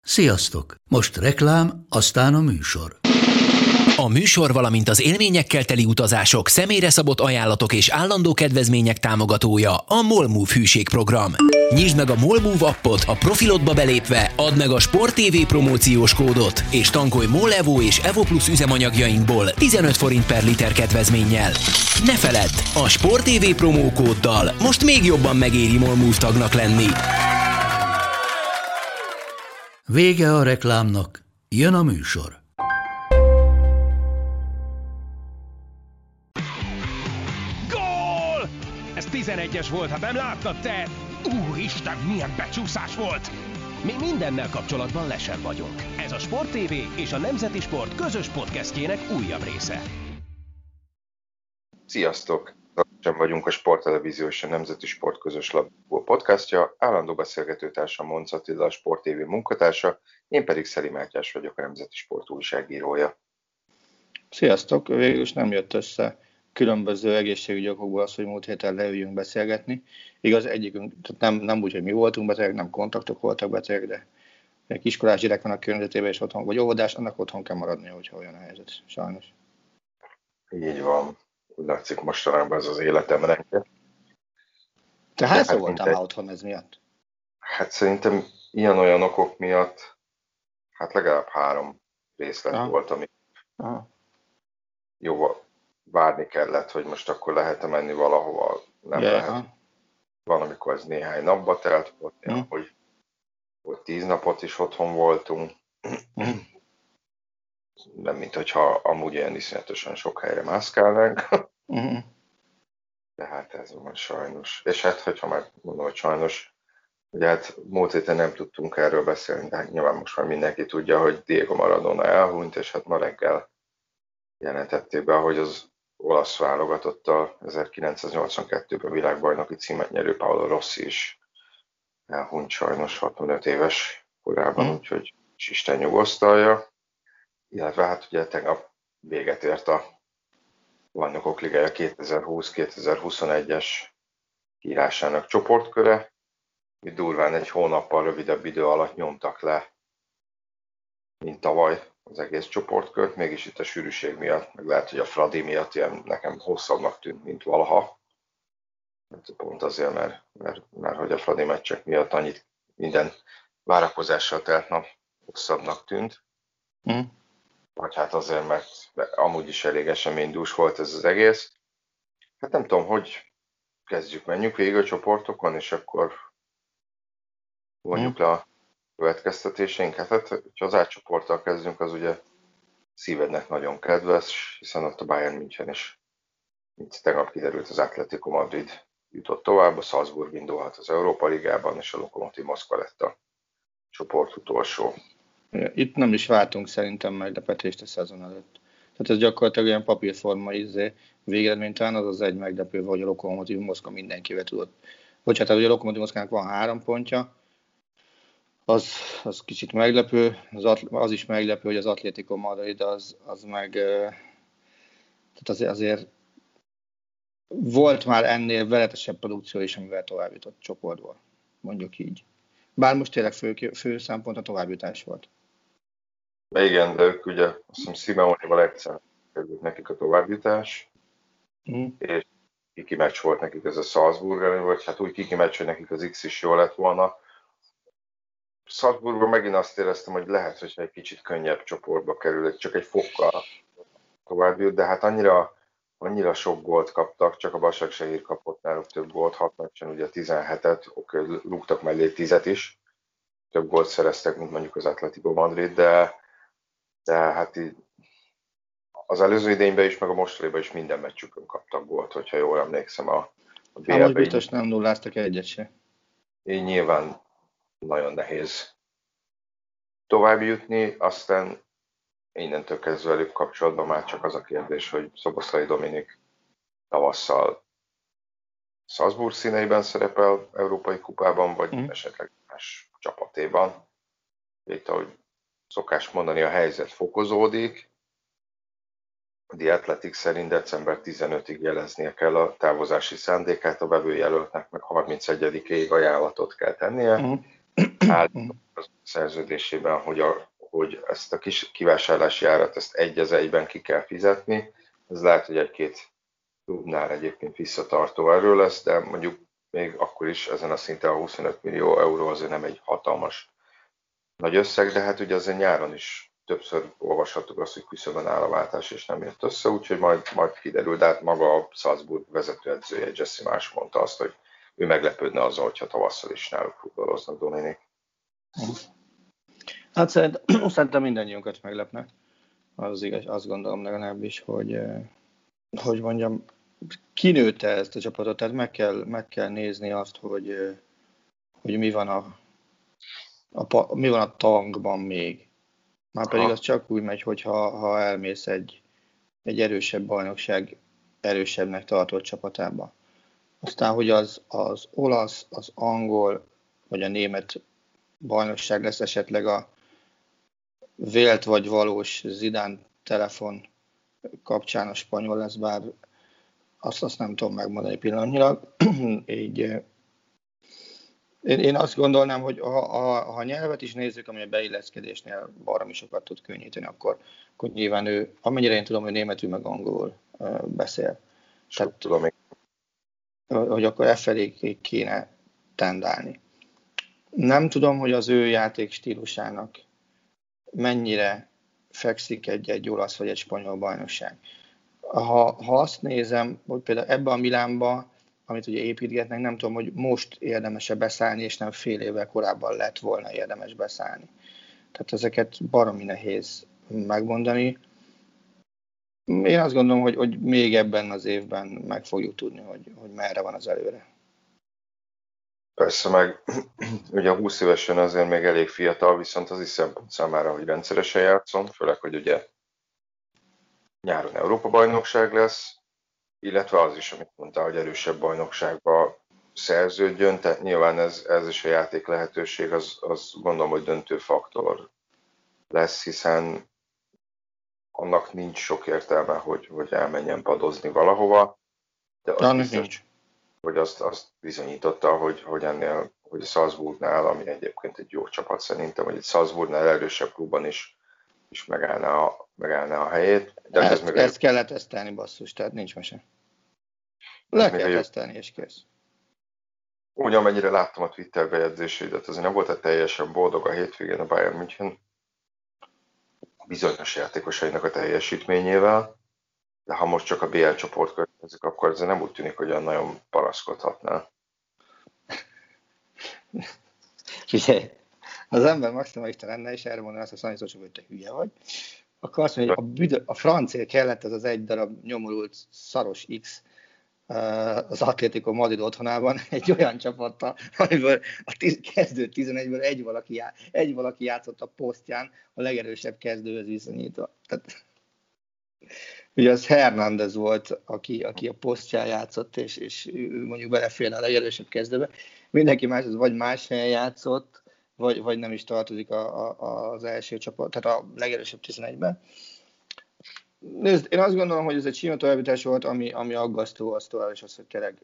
Sziasztok! Most reklám, aztán a műsor. A műsor, valamint az élményekkel teli utazások, személyre szabott ajánlatok és állandó kedvezmények támogatója a MOL Move hűségprogram. Nyisd meg a MOL Move appot, a profilodba belépve add meg a Sport TV promóciós kódot, és tankolj MOL Evo és Evo Plus üzemanyagjainkból 15 forint per liter kedvezménnyel. Ne feledd, a Sport TV promókóddal most még jobban megéri MOL Move tagnak lenni. Vége a reklámnak, jön a műsor. Gól! Ez 11-es volt, ha nem láttad te! Úristen, milyen becsúszás volt! Mi mindennel kapcsolatban lesen vagyunk. Ez a Sport TV és a Nemzeti Sport közös podcastjének újabb része. Sziasztok! Sem vagyunk a Sporttelevízió és a Nemzeti Sport közös labdarúgó podcastja. Állandó beszélgetőtársam Monc Attila, a Sport TV munkatársa, én pedig Szeli Mátyás vagyok, a Nemzeti Sport újságírója. Sziasztok! Végül is nem jött össze különböző egészségügyi okokból az, hogy múlt héten leüljünk beszélgetni. Igaz, egyikünk, nem úgy, hogy mi voltunk betegek, nem kontaktok voltak betegek, de egy iskolás gyerek van a környezetében, és otthon, vagy óvodás, annak otthon kell maradnia, hogyha olyan a helyzet, sajnos. Így van. Úgy látszik mostanában ez az életem rendje. Te hányszor voltál már otthon ez miatt? Hát szerintem ilyen-olyan okok miatt legalább 3 részlet volt, ami jó várni kellett, hogy most akkor lehet-e menni valahova, nem lehet. Van, amikor ez néhány napba telt, volt, hogy 10 napot is otthon voltunk. Nem, mint hogyha amúgy ilyen iszonyatosan sok helyre mászkálnánk. De hát ez van sajnos. És hát, hogyha már mondom, hogy sajnos, ugye hát múlt héten nem tudtunk erről beszélni, de hát nyilván most már mindenki tudja, hogy Diego Maradona elhunyt, és hát ma reggel jelentették be, hogy az olasz válogatottal 1982-ben világbajnoki címet nyerő Paolo Rossi is elhunyt sajnos 65 éves korában, úgyhogy Isten nyugosztalja. Illetve hát ugye tegnap véget ért a Bajnokok Ligája 2020-2021-es írásának csoportköre, mi durván egy hónappal rövidebb idő alatt nyomtak le, mint tavaly az egész csoportkört, mégis itt a sűrűség miatt, meg lehet, hogy a Fradi miatt ilyen nekem hosszabbnak tűnt, mint valaha. Pont azért, mert hogy a Fradi meccsek miatt annyit minden várakozással telt nap hosszabbnak tűnt. Vagy hát azért, mert amúgy is elég eseménydús volt ez az egész. Hát nem tudom, hogy menjünk végig a csoportokon, és akkor vonjuk le a következtetéseinket. Hát, ha az átcsoporttal kezdünk, az ugye szívednek nagyon kedves, hiszen ott a Bayern München is, mint tegnap kiderült, az Atletico Madrid jutott tovább, a Salzburg indulhat az Európa Ligában, és a Lokomotív Moszkva lett a csoport utolsó. Itt nem is váltunk szerintem meglepetést a szezon előtt. Tehát ez gyakorlatilag olyan papírforma végeredmény, talán az egy meglepő, hogy a Lokomotív Moszkva mindenkivel tudott. Bocsánat, hogy a Lokomotív Moszkvának van 3 pontja, az kicsit meglepő, az is meglepő, hogy az Atletico Madrid az meg, tehát azért volt már ennél veletesebb produkció is, amivel tovább jutott csoportból, mondjuk így. Bár most tényleg fő szempont a továbbjutás volt. Igen, de ők ugye, azt hiszem Simeonéval egyszer került nekik a továbbjutás, és kiki meccs volt nekik ez a Salzburg ellen, vagy hát úgy kiki meccs, hogy nekik az X is jó lett volna. Salzburgban megint azt éreztem, hogy lehet, hogy egy kicsit könnyebb csoportba kerül, csak egy fokkal továbbjut, de hát annyira sok gólt kaptak, csak a Başakşehir kapott náluk több gólt, 6 meccsen ugye 17-et, rúgtak mellé 10-et is, több gólt szereztek, mint mondjuk az Atletico Madrid, de hát így az előző idényben is, meg a mostaniban is minden meccsükön kaptak gólt, hogyha jól emlékszem a BL-ben. Most biztos nem nulláztak egyet se. Így nyilván nagyon nehéz tovább jutni, aztán innentől kezdve velük kapcsolatban már csak az a kérdés, hogy Szoboszlai Dominik tavasszal Salzburg színeiben szerepel Európai Kupában, vagy esetleg más csapatéban. Itt, ahogy szokás mondani, a helyzet fokozódik. A The Athletic szerint december 15-ig jeleznie kell a távozási szándékát, a vevőjelöltnek meg 31-ig ajánlatot kell tennie. az szerződésében, hogy ezt a kis kivásárlási árat ezt 1-1-ben ki kell fizetni. Ez lehet, hogy egy-két klubnál egyébként visszatartó erről lesz, de mondjuk még akkor is ezen a szinten a 25 millió euró azért nem egy hatalmas nagy összeg, de hát ugye azért nyáron is többször olvashattuk azt, hogy küszöbön áll a váltás, és nem jött össze, úgyhogy majd kiderül, de hát maga a Salzburg vezetőedzője, Jesse Marsch mondta azt, hogy ő meglepődne azzal, hogyha tavasszal is náluk futballoznak, Dominik. Hát szerintem mindannyiunkat meglepne. Az igaz, azt gondolom legalábbis, hogy mondjam, kinőtte ezt a csapatot, tehát meg kell nézni azt, hogy mi van a tankban még. Már pedig az csak úgy megy, hogyha elmész egy erősebb bajnokság erősebbnek tartott csapatába. Aztán, hogy az olasz, az angol vagy a német bajnokság lesz esetleg a vélt vagy valós Zidane telefon kapcsán a spanyol lesz, bár azt nem tudom megmondani pillanatnyilag. Így, én azt gondolnám, hogy ha nyelvet is nézzük, ami a beilleszkedésnél baromi sokat tud könnyíteni, akkor nyilván ő, amennyire én tudom, hogy németül meg angolul beszél. Tehát, tudom, hogy akkor e felé kéne tendálni. Nem tudom, hogy az ő játék stílusának mennyire fekszik egy olasz vagy egy spanyol bajnokság. Ha azt nézem, hogy például ebbe a Milánba, amit ugye építgetnek, nem tudom, hogy most érdemes-e beszállni, és nem fél évvel korábban lett volna érdemes beszállni. Tehát ezeket baromi nehéz megmondani. Én azt gondolom, hogy még ebben az évben meg fogjuk tudni, hogy merre van az előre. Persze, meg ugye 20 évesen azért még elég fiatal, viszont az is szempont számára, hogy rendszeresen játszom, főleg, hogy ugye nyáron Európa-bajnokság lesz, illetve az is, amit mondtál, hogy erősebb bajnokságba szerződjön, tehát nyilván ez is a játék lehetőség, az gondolom, hogy döntő faktor lesz, hiszen annak nincs sok értelme, hogy elmenjen padozni valahova, de az biztos, hogy azt bizonyította, hogy ennél, hogy a Salzburgnál, ami egyébként egy jó csapat szerintem, hogy egy Salzburgnál erősebb klubban is megállná a helyét. De ezt kellett tesztelni, basszus, tehát nincs mese. Le kell tesztelni, és kész. Úgy, amennyire láttam a Twitter bejegyzéseidet, azért nem volt teljesen boldog a hétvégén a Bayern München bizonyos játékosainak a teljesítményével, de ha most csak a BL csoport következik, akkor ez nem úgy tűnik, hogy olyan nagyon paraszkodhatná. Figyelj, az ember maximalista lenne, és erre mondaná azt a Szanyi, hogy te hülye vagy, akkor azt mondja, hogy a francia kellett ez az egy darab nyomorult szaros X az Atlético Madrid otthonában egy olyan csapattal, amiből a kezdő 11-ből egy valaki játszott a posztján a legerősebb kezdőhöz viszonyítva. Tehát, ugye az Hernández volt, aki a posztján játszott, és ő mondjuk beleférne a legerősebb kezdőbe. Mindenki más az vagy más helyen játszott, vagy nem is tartozik az első csapat, tehát a legerősebb 11-ben. Nézd, én azt gondolom, hogy ez egy sima továbbítás volt, ami aggasztó, az tovább, és az, hogy tényleg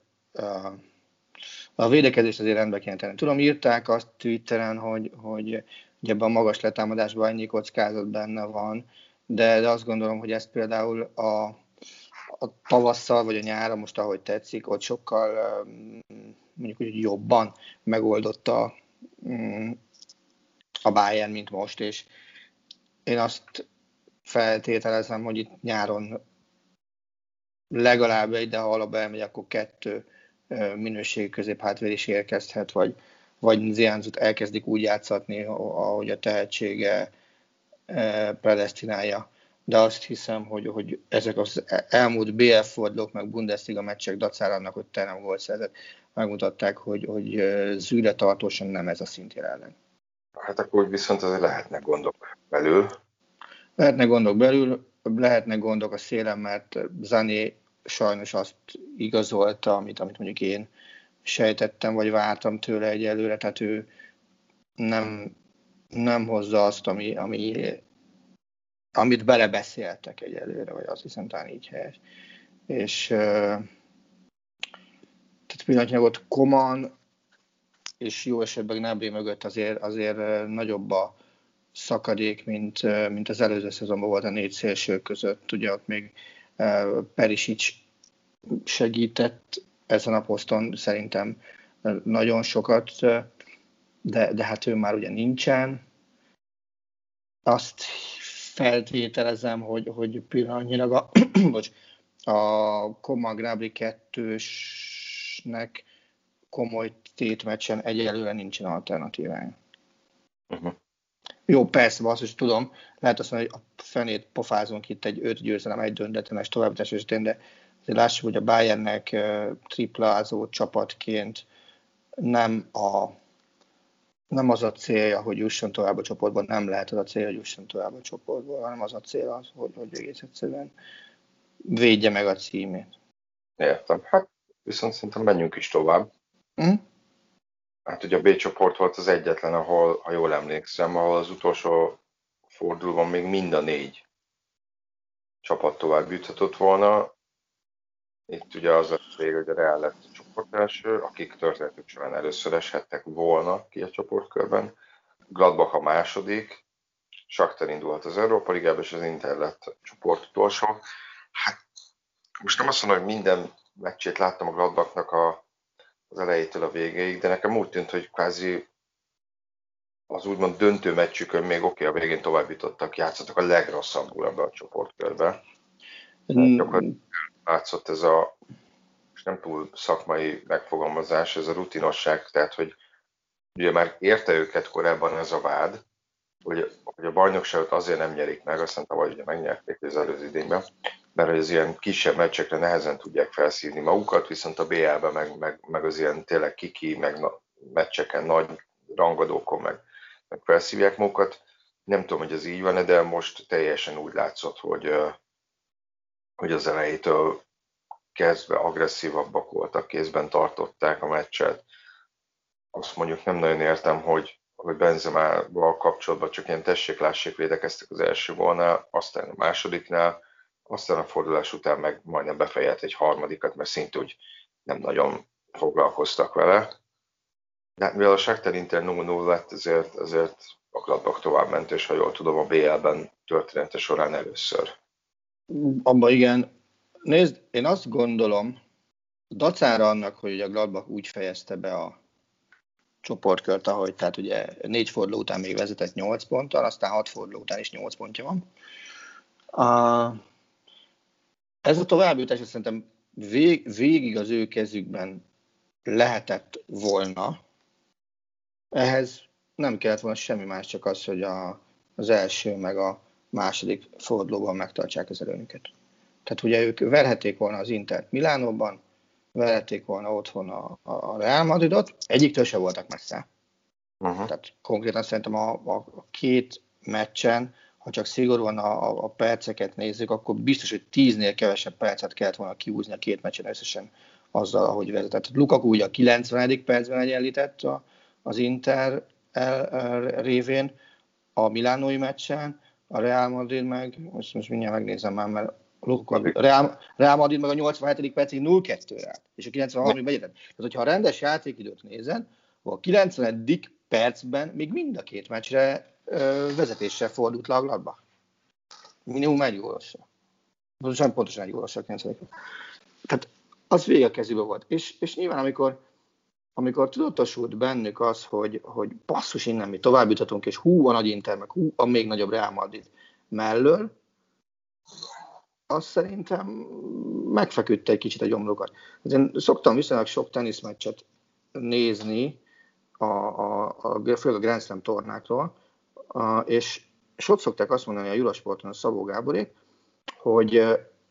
a védekezést azért rendbe kéne tenni. Tudom, írták azt Twitteren, hogy ebben a magas letámadásban ennyi kockázat benne van, de azt gondolom, hogy ezt például a tavasszal, vagy a nyára, most ahogy tetszik, ott sokkal mondjuk úgy jobban megoldotta a Bayern, mint most, és én azt feltételezem, hogy itt nyáron legalább egy, de ha alapba elmegy, akkor 2 minőségi középhátvéd is érkezhet, vagy Ziánzut elkezdik úgy játszatni, ahogy a tehetsége predesztinálja. De azt hiszem, hogy ezek az elmúlt BL fordulók, meg Bundesliga meccsek dacára annak, hogy te nem volt szerzett, megmutatták, hogy Züle tartósan nem ez a szint jelenleg. Hát akkor viszont azért lehetnek gondok belül. Lehetnek gondok a szélen, mert Zané sajnos azt igazolta, amit mondjuk én sejtettem, vagy vártam tőle egyelőre, tehát ő nem hozza azt, amit belebeszéltek egyelőre, vagy azt hiszem talán így helyes. És tehát pillanatnyilag ott Coman és jó esetben Gnabry mögött azért nagyobb a szakadék, mint az előző szezonban volt a 4 szélső között. Ugye ott még Perisic segített ezen a poszton szerintem nagyon sokat, de hát ő már ugye nincsen. Azt feltételezem, hogy pillanatnyilag a Coman Gnabry 2-snek komoly tétmeccsen egyelőre nincsen alternatívája. Jó, persze, basszus, tudom, lehet azt mondani, hogy a fenét pofázunk itt egy 5 győzelem, egy döntetlenes továbbítás esetén, de azért lássuk, hogy a Bayernnek triplázó csapatként nem az a célja, hogy jusson tovább a csoportban, nem lehet az a célja, hogy jusson tovább a csoportból, hanem az a cél az, hogy egész egyszerűen védje meg a címét. Értem. Hát viszont szerintem menjünk is tovább. Hát ugye a B csoport volt az egyetlen, ahol, ha jól emlékszem, ahol az utolsó fordulóban még mind a 4 csapat tovább juthatott volna. Itt ugye az a cél, hogy a Real lett a csoport első, akik történetük során először eshettek volna ki a csoportkörben. Gladbach a második, Shakhtar indult az Európa Ligába, és az Inter lett a csoport utolsó. Hát most nem azt mondom, hogy minden meccsét láttam a Gladbachnak az elejétől a végéig, de nekem úgy tűnt, hogy kvázi az úgymond döntő meccsükön még a végén tovább jutottak, játszottak a legrosszabbul ebbe a csoportkörbe. Gyakorlatilag látszott ez a, és nem túl szakmai megfogalmazás, ez a rutinosság, tehát hogy ugye már érte őket korábban ez a vád, hogy a bajnokságot azért nem nyerik meg, aztán tavaly ugye megnyerték az előző idényben, mert az ilyen kisebb meccsekre nehezen tudják felszívni magukat, viszont a BL-ben meg az ilyen tényleg kiki, meg meccseken, nagy rangadókon meg felszívják magukat. Nem tudom, hogy ez így van, de most teljesen úgy látszott, hogy az elejétől kezdve agresszívabbak voltak, kézben tartották a meccset. Azt mondjuk nem nagyon értem, hogy Benzemával kapcsolatban csak ilyen tessék-lássék védekeztek az első gólnál, aztán a másodiknál, aztán a fordulás után meg majdnem befejelt egy harmadikat, mert szinte úgy nem nagyon foglalkoztak vele. De mivel a Shakhtar Inter 0-0 lett, ezért a Gladbach továbbment, és ha jól tudom, a BL-ben története során először. Abba igen. Nézd, én azt gondolom, dacára annak, hogy a Gladbach úgy fejezte be a csoportkört, ahogy, tehát ugye 4 forduló után még vezetett 8 ponttal, aztán 6 forduló után is 8 pontja van. Ez a továbbjutás szerintem végig az ő kezükben lehetett volna. Ehhez nem kellett volna semmi más, csak az, hogy az első meg a második fordulóban megtartsák az előnyüket. Tehát ugye ők verhették volna az Intert Milánóban, verhették volna otthon a Real Madridot, egyiktől se voltak messze. Tehát konkrétan szerintem a 2 meccsen, ha csak szigorúan a perceket nézzük, akkor biztos, hogy 10-nél kevesebb percet kellett volna kiúzni a 2 meccsen összesen azzal, ahogy vezetett. Lukaku ugye a 90. percben egyenlített az Inter révén, a milánói meccsen, a Real Madrid meg, most mindjárt megnézem már, mert Real Madrid meg a 87. percig 0-2-re állt, és a 93. egyetlen. Tehát, hogyha a rendes játékidőt nézed, a 90. percben még mind a 2 meccsre vezetéssel fordult le a Gladbach. Minimum 1 gólosra. Pontosan 1 gólosra a 90. Tehát az végig a kezükben volt. És nyilván, amikor tudatosult bennük az, hogy basszus, innen mi tovább juthatunk, és a nagy Inter, meg a még nagyobb Real Madrid mellől, azt szerintem megfeküdte egy kicsit a gyomrukat. Én szoktam viszonylag sok teniszmeccset nézni, főleg a Grand Slam tornákról, és ott szokták azt mondani a Eurosporton a Szabó Gáborék, hogy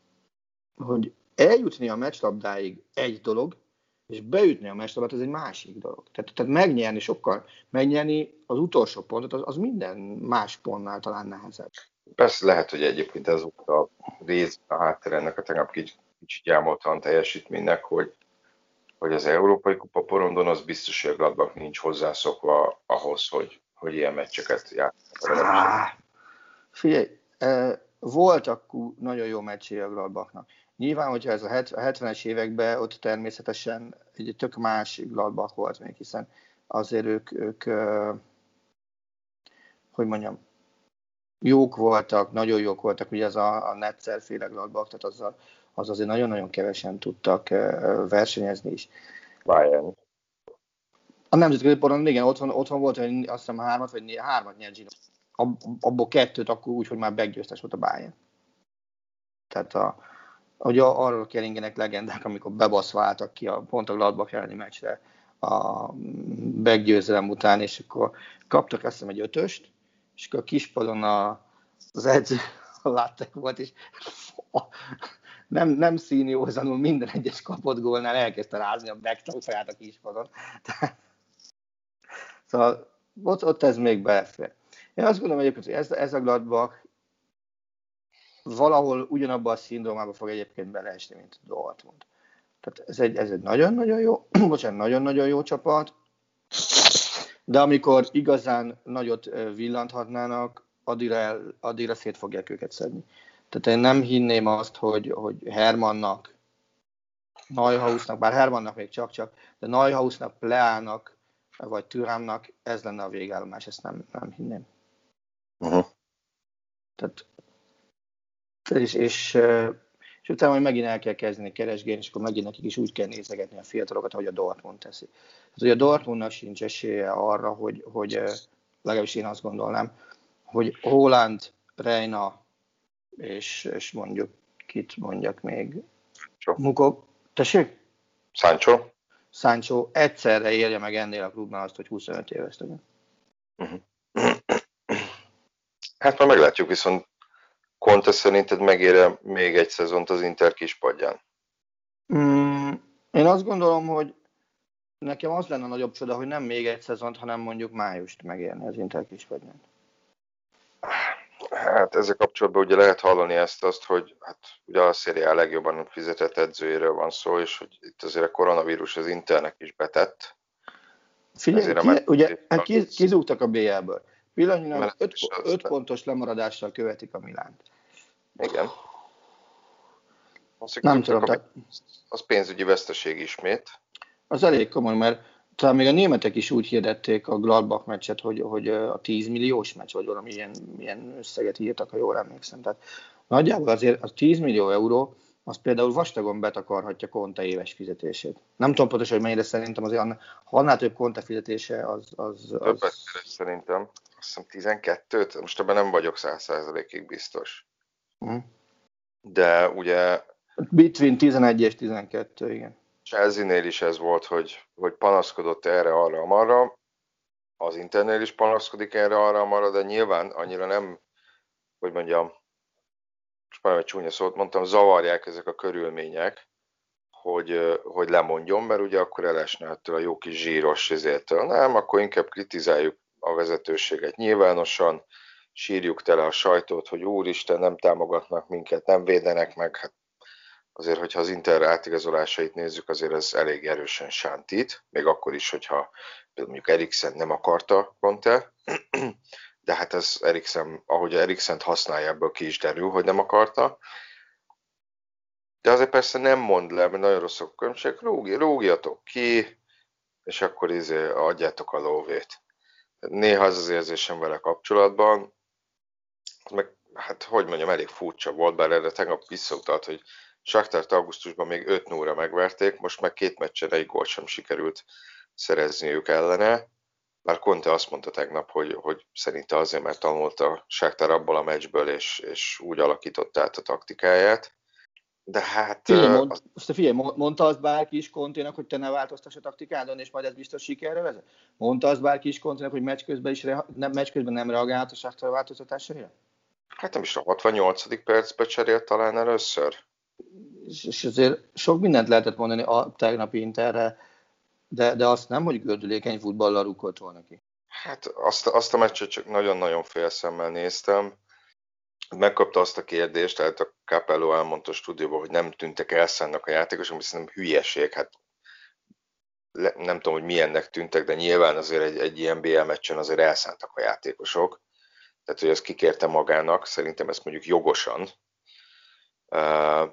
eljutni a meccslabdáig egy dolog, és beütni a meccslabdát, ez egy másik dolog. Tehát megnyerni az utolsó pontot, az minden más pontnál talán nehezebb. Persze lehet, hogy egyébként ez volt a rész a háttér ennek a tegnap kicsit gyámoltalan teljesítménynek, hogy az Európai Kupa porondon az biztos, hogy a Gladbach nincs hozzászokva ahhoz, hogy ilyen meccseket játszik. Figyelj, voltak nagyon jó meccsé a Gladbachnak. Nyilván, hogyha ez a 70-es években ott természetesen egy tök más Gladbach volt még, hiszen azért ők hogy mondjam, jók voltak, nagyon jók voltak, ugye ez a Netzer-féle Gladbach, tehát az azért nagyon-nagyon kevesen tudtak versenyezni is. Bayern. A nemzetközi poron, igen, otthon volt, hogy azt hiszem 3-at nyert Gino. Abból 2 akkor úgy, hogy már meggyőztes volt a Bayern. Tehát hogy arról keringenek legendák, amikor bebaszváltak ki pont a Gladbach elleni meccsre a meggyőzelem után, és akkor kaptak azt hiszem egy 5-öst, és akkor a kispadon az edző a látták volt, és nem színiózanul minden egyes kapott gólnál elkezdte rázni a backtalk-feját a kispadon. Szóval ott ez még belefér. Én azt gondolom egyébként, hogy ez a Gladbach valahol ugyanabban a szindrómában fog egyébként beleesni, mint a Dortmund. Tehát ez egy nagyon-nagyon jó, nagyon-nagyon jó csapat, de amikor igazán nagyot villanthatnának, addigra szét fogják őket szedni. Tehát én nem hinném azt, hogy Hermannnak, Neuhausnak, bár Hermannnak még csak, de Neuhausnak, Pleának, vagy Thuramnak ez lenne a végállomás, ezt nem hinném. Uh-huh. Tehát, és utána majd megint el kell kezdeni keresgélni, és akkor megint nekik is úgy kell nézegetni a fiatalokat, ahogy a Dortmund teszi. Tehát, hogy a Dortmundnak sincs esélye arra, hogy legalábbis én azt gondolnám, hogy Haaland, Reina, és mondjuk, kit mondjak még? Mukok. Tessék? Sancho egyszerre érje meg ennél a klubnál azt, hogy 25 éves legyen. Uh-huh. Hát már meglátjuk, viszont Conte szerinted megér még egy szezont az Inter kispadján? Én azt gondolom, hogy nekem az lenne a nagyobb csoda, hogy nem még egy szezont, hanem mondjuk májust megérni az Inter kispadján. Hát ezzel kapcsolatban ugye lehet hallani azt, hogy hát ugye a Serie A legjobban fizetett edzőjéről van szó, és hogy itt azért a koronavírus az Internek is betett. Figyelj, ugye kizúgtak a BL-ből. Pillanatnyilag 5 pontos lemaradással követik a Milánt. Igen. Nem tudom. Az pénzügyi veszteség ismét. Az elég komoly, mert talán még a németek is úgy hirdették a Gladbach meccset, hogy a 10 milliós meccs, vagy valami ilyen összeget írtak, ha jól emlékszem. Tehát nagyjából azért a 10 millió euró, az például vastagon betakarhatja Conte éves fizetését. Nem tudom pontosan, hogy mennyire, szerintem azért annál több Conte fizetése az... Többet szerintem. Azt hiszem 12-t, most ebben nem vagyok 100%-ig biztos. De ugye... Between 11 és 12, igen. Chelsea-nél is ez volt, hogy panaszkodott erre, arra, amarra. Az Internél is panaszkodik erre, arra, amarra, de nyilván annyira nem, hogy mondjam, most már egy csúnya szót mondtam, zavarják ezek a körülmények, hogy lemondjon, mert ugye akkor elesne ettől a jó kis zsíros izétől. Nem, akkor inkább kritizáljuk a vezetőséget nyilvánosan, sírjuk tele a sajtót, hogy úristen, nem támogatnak minket, nem védenek meg. Hát azért, hogyha az Inter átigazolásait nézzük, azért ez elég erősen sántít, még akkor is, hogyha mondjuk Eriksen nem akarta Conte, de hát ez Eriksen, ahogy Eriksent használja, ebből ki is derül, hogy nem akarta. De azért persze nem mond le, mert nagyon rossz a különbség, rúgjatok ki, és akkor adjátok a lóvét. Néha az érzésem vele kapcsolatban, meg hát hogy mondjam, elég furcsa volt, bár erre tegnap visszautalt, hogy Saktart augusztusban még 5-0-ra megverték, most meg 2 meccsen egy gólt sem sikerült szerezniük ellene. Bár Conte azt mondta tegnap, hogy szerinte azért, mert tanult a Saktar abból a meccsből, és úgy alakította át a taktikáját. De hát... Figyelj, mondta azt bárki is Conténak, hogy te ne változtass a taktikádon, és majd ez biztos sikerre vezet? Mondta azt bárki is Conténak, hogy meccs közben nem reagált a Saktar változtatásaira? Hát nem is a 68. percben cserélt talán először. És azért sok mindent lehetett mondani a tegnapi Interre, de azt nem, hogy gördülékeny futballal rúgott volna ki. Hát azt a meccset csak nagyon-nagyon félszemmel néztem. Megkapta azt a kérdést, tehát a Capello elmondta a stúdióban, hogy nem tűntek elszánnak a játékosok, ami szerintem hülyeség. Hát nem tudom, hogy milyennek tűntek, de nyilván azért egy ilyen BL meccsen azért elszántak a játékosok. Tehát, hogy ezt kikérte magának, szerintem ezt mondjuk jogosan.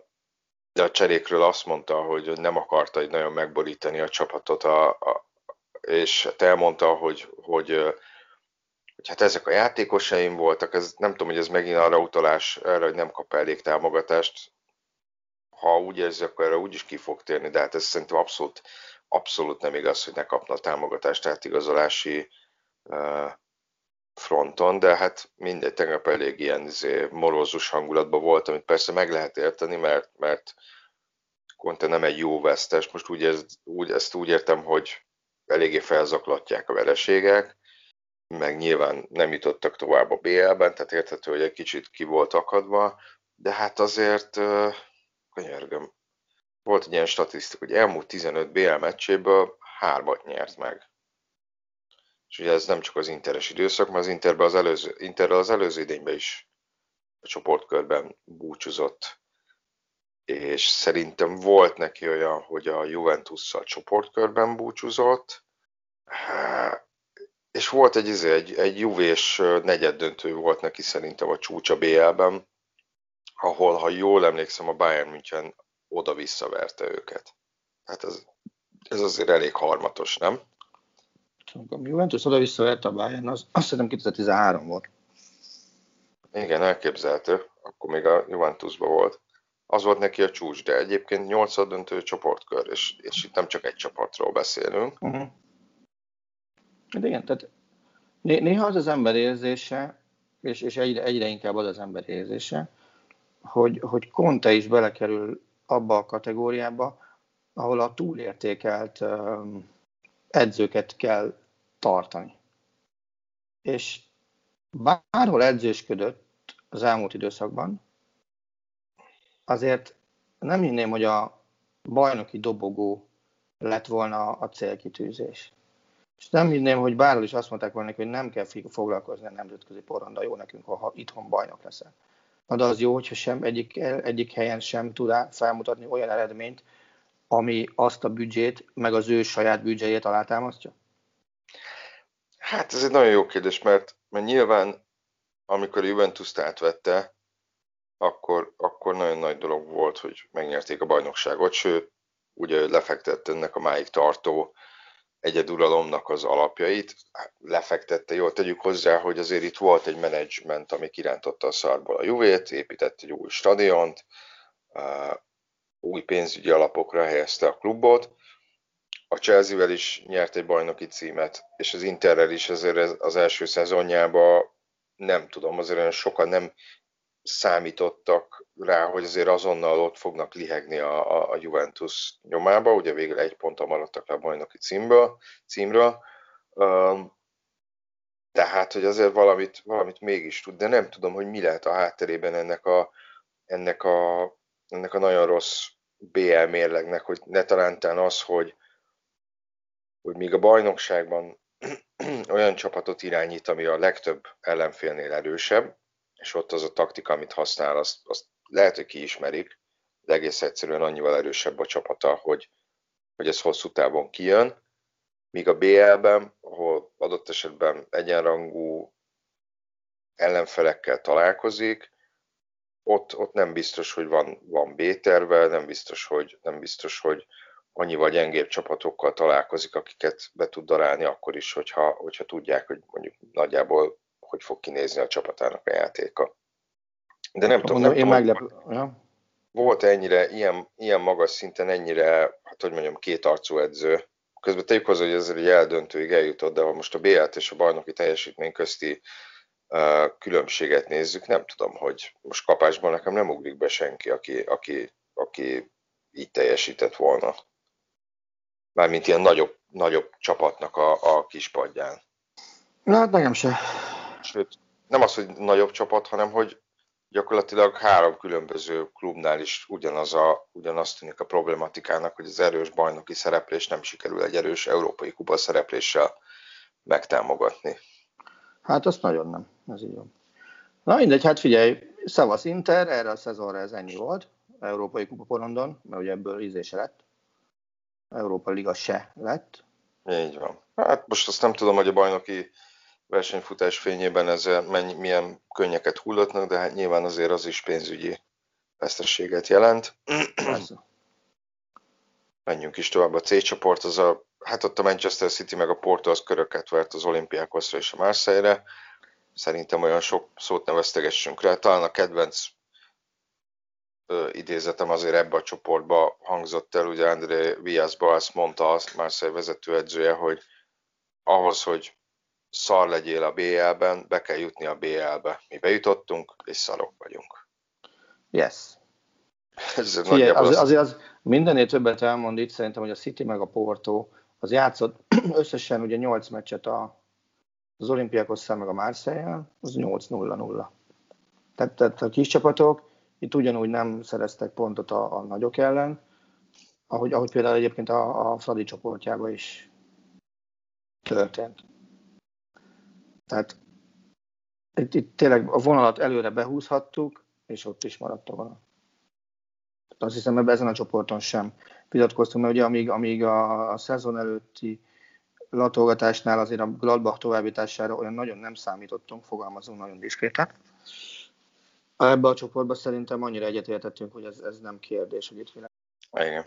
De a cserékről azt mondta, hogy nem akarta nagyon megborítani a csapatot és hát elmondta, hogy hát ezek a játékosaim voltak, ez, nem tudom, hogy ez megint arra utalás, erre, hogy nem kap elég támogatást. Ha úgy érzi, akkor erre úgy is ki fog térni, de hát ez szerintem abszolút nem igaz, hogy ne kapna támogatást átigazolási fronton, de hát mindegy, tegnap elég ilyen morózus hangulatban volt, amit persze meg lehet érteni, mert Conte nem egy jó vesztes. Most ezt úgy értem, hogy eléggé felzaklatják a vereségek, meg nyilván nem jutottak tovább a BL-ben, tehát érthető, hogy egy kicsit ki volt akadva, de hát azért, könyörgöm, volt egy ilyen statisztika, hogy elmúlt 15 BL meccséből 3-at nyert meg. És ugye ez nem csak az Interes időszak, mert az Interrel az előző idényben is a csoportkörben búcsúzott. És szerintem volt neki olyan, hogy a Juventusszal csoportkörben búcsúzott, és volt egy juvés negyeddöntő volt neki szerintem a csúcsa BL-ben, ahol, ha jól emlékszem, a Bayern München oda-visszaverte őket. Hát ez azért elég harmatos, nem? A Juventus oda-visszaverte a Bayern, azt hiszem 2013 volt. Igen, elképzelhető. Akkor még a Juventusban volt. Az volt neki a csúcs, de egyébként 8 döntő csoportkör, és itt nem csak egy csapatról beszélünk. De igen, tehát néha az ember érzése, és egyre inkább az ember érzése, hogy Conte is belekerül abba a kategóriába, ahol a túlértékelt edzőket kell tartani. És bárhol edzősködött az elmúlt időszakban, azért nem hinném, hogy a bajnoki dobogó lett volna a célkitűzés. És nem hinném, hogy bárhol is azt mondták volna, hogy nem kell foglalkozni a nemzetközi porondal, jó nekünk, ha itthon bajnok leszel. De az jó, hogyha egyik helyen sem tud felmutatni olyan eredményt, ami azt a büdzsét, meg az ő saját büdzséjét alátámasztja? Hát ez egy nagyon jó kérdés, mert nyilván amikor a Juventus-t átvette, akkor nagyon nagy dolog volt, hogy megnyerték a bajnokságot, sőt, ugye lefektette ennek a máig tartó egyeduralomnak az alapjait, lefektette, jól tegyük hozzá, hogy azért itt volt egy menedzsment, ami kirántotta a szarból a Juvét, épített egy új stadiont, új pénzügyi alapokra helyezte a klubot, a Chelsea-vel is nyert egy bajnoki címet, és az Interrel is azért az első szezonjában nem tudom, azért olyan sokan nem számítottak rá, hogy azért azonnal ott fognak lihegni a Juventus nyomába, ugye végül 1 ponttal maradtak le a bajnoki címről, tehát, hogy azért valamit mégis tud, de nem tudom, hogy mi lehet a hátterében ennek a nagyon rossz BL mérlegnek, hogy ne talántán az, hogy míg a bajnokságban olyan csapatot irányít, ami a legtöbb ellenfélnél erősebb, és ott az a taktika, amit használ, azt lehet, hogy kiismerik, de egész egyszerűen annyival erősebb a csapata, hogy ez hosszú távon kijön, míg a BL-ben, ahol adott esetben egyenrangú ellenfelekkel találkozik, ott nem biztos, hogy van B-terve, nem biztos, hogy annyival gyengébb csapatokkal találkozik, akiket be tud darálni akkor is, hogyha tudják, hogy mondjuk nagyjából hogy fog kinézni a csapatának a játéka. De nem tudom, volt ennyire, ilyen magas szinten ennyire, hát hogy mondjam, kétarcú edző. Közben tegyük hozzá, hogy ezzel egy eldöntőig eljutott, de ha most a BL-t és a bajnoki teljesítmény közti különbséget nézzük, nem tudom, hogy most kapásban nekem nem ugrik be senki, aki így teljesített volna. Mármint ilyen nagyobb csapatnak a kispadján. Na, hát nekem se. Sőt, nem az, hogy nagyobb csapat, hanem hogy gyakorlatilag 3 különböző klubnál is ugyanazt tűnik a problematikának, hogy az erős bajnoki szereplés nem sikerül egy erős európai kupa szerepléssel megtámogatni. Hát azt nagyon nem, ez így van. Na mindegy, hát figyelj, szavasz Inter, erre a szezonra ez ennyi volt, európai kupa porondon, mert ugye ebből ízése lett. Európa Liga se lett. Így van. Hát most azt nem tudom, hogy a bajnoki versenyfutás fényében ezzel milyen könnyeket hullatnak, de hát nyilván azért az is pénzügyi veszteséget jelent. Menjünk is tovább. A C csoport az a hát ott a Manchester City meg a Porto az köröket vert az Olympiakosra és a Marseille-re. Szerintem olyan sok szót ne vesztegessünk rá. Talán a kedvenc idézetem azért ebbe a csoportba hangzott el, ugye André Villas-Boas mondta azt, Marseille vezetőedzője, hogy ahhoz, hogy szar legyél a BL-ben, be kell jutni a BL-be. Mi bejutottunk, és szarok vagyunk. Yes. Figyelj, azért az mindennél többet elmond itt szerintem, hogy a City meg a Porto az játszott összesen ugye 8 meccset az Olympiakosszal meg a Marseille-jel, az 8-0-0. Tehát a kis csapatok itt ugyanúgy nem szereztek pontot a nagyok ellen, ahogy például egyébként a Fradi csoportjában is történt. Tehát itt tényleg a vonalat előre behúzhattuk, és ott is maradt a vonal. Azt hiszem, hogy ezen a csoporton sem vitatkoztunk, mert ugye amíg a szezon előtti latolgatásnál azért a Gladbach továbbítására olyan nagyon nem számítottunk, fogalmazunk nagyon diszkréten. Ebbe a csoportban szerintem annyira egyetértettünk, hogy ez nem kérdés, hogy itt világ. Igen.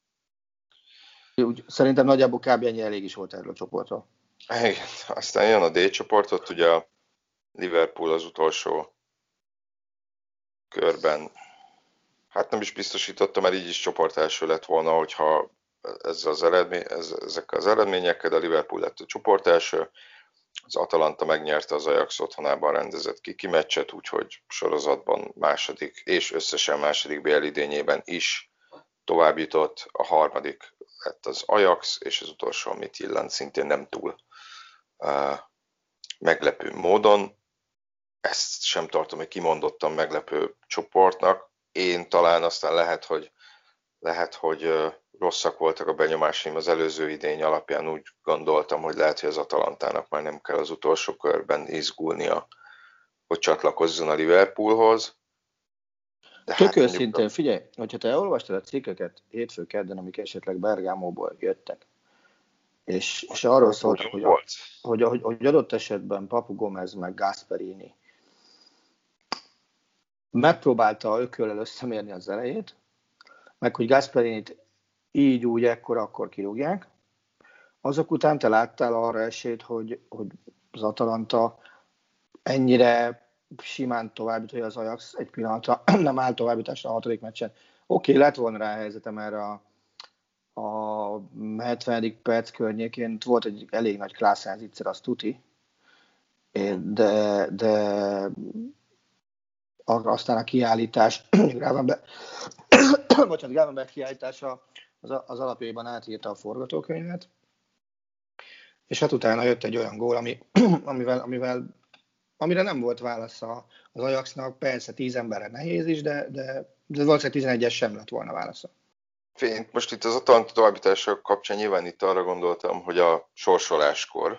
Úgy, szerintem nagyjából kb. Ennyi elég is volt erről a csoportról. Igen. Aztán jön a D csoport, ott ugye a Liverpool az utolsó körben, hát nem is biztosította, mert így is csoport első lett volna, hogyha ezekkel az eredményekkel, a Liverpool lett a csoport első, az Atalanta megnyerte az Ajax otthonában rendezett kiki meccset, úgyhogy sorozatban második és összesen második BL idényében is tovább jutott, a harmadik lett az Ajax, és az utolsó Midtjylland szintén nem túl meglepő módon. Ezt sem tartom egy kimondottan meglepő csoportnak. Én talán aztán lehet, hogy rosszak voltak a benyomásaim az előző idény alapján, úgy gondoltam, hogy lehet, hogy az Atalantának már nem kell az utolsó körben izgulnia, hogy csatlakozzon a Liverpoolhoz. Tök őszintén, figyelj, hogyha te elolvastad a cikkeket hétfő-kedden, amik esetleg Bergámóból jöttek, és arról szóltak, hogy adott esetben Papu Gomez meg Gasperini megpróbálta ököllel összemérni az elejét, meg hogy Gasperinit így úgy akkor kirúgják. Azok után te láttál arra esélyt, hogy az Atalanta ennyire simán továbbít, hogy az Ajax egy pillanatra nem áll továbbításra a 6. meccsen. Oké, lett volna rá helyzetem erre a 70. perc környékén. Volt egy elég nagy Klaassen zicser, az tuti. De aztán a kiállítás, Gravenberch kiállítása az alapjában átírta a forgatókönyvet, és hát utána jött egy olyan gól, amire nem volt válasz az Ajaxnak, persze 10 emberre nehéz is, de valószínűleg 11-es sem lett volna válasza. Én most itt az Atalanta továbbítása kapcsán nyilván itt arra gondoltam, hogy a sorsoláskor,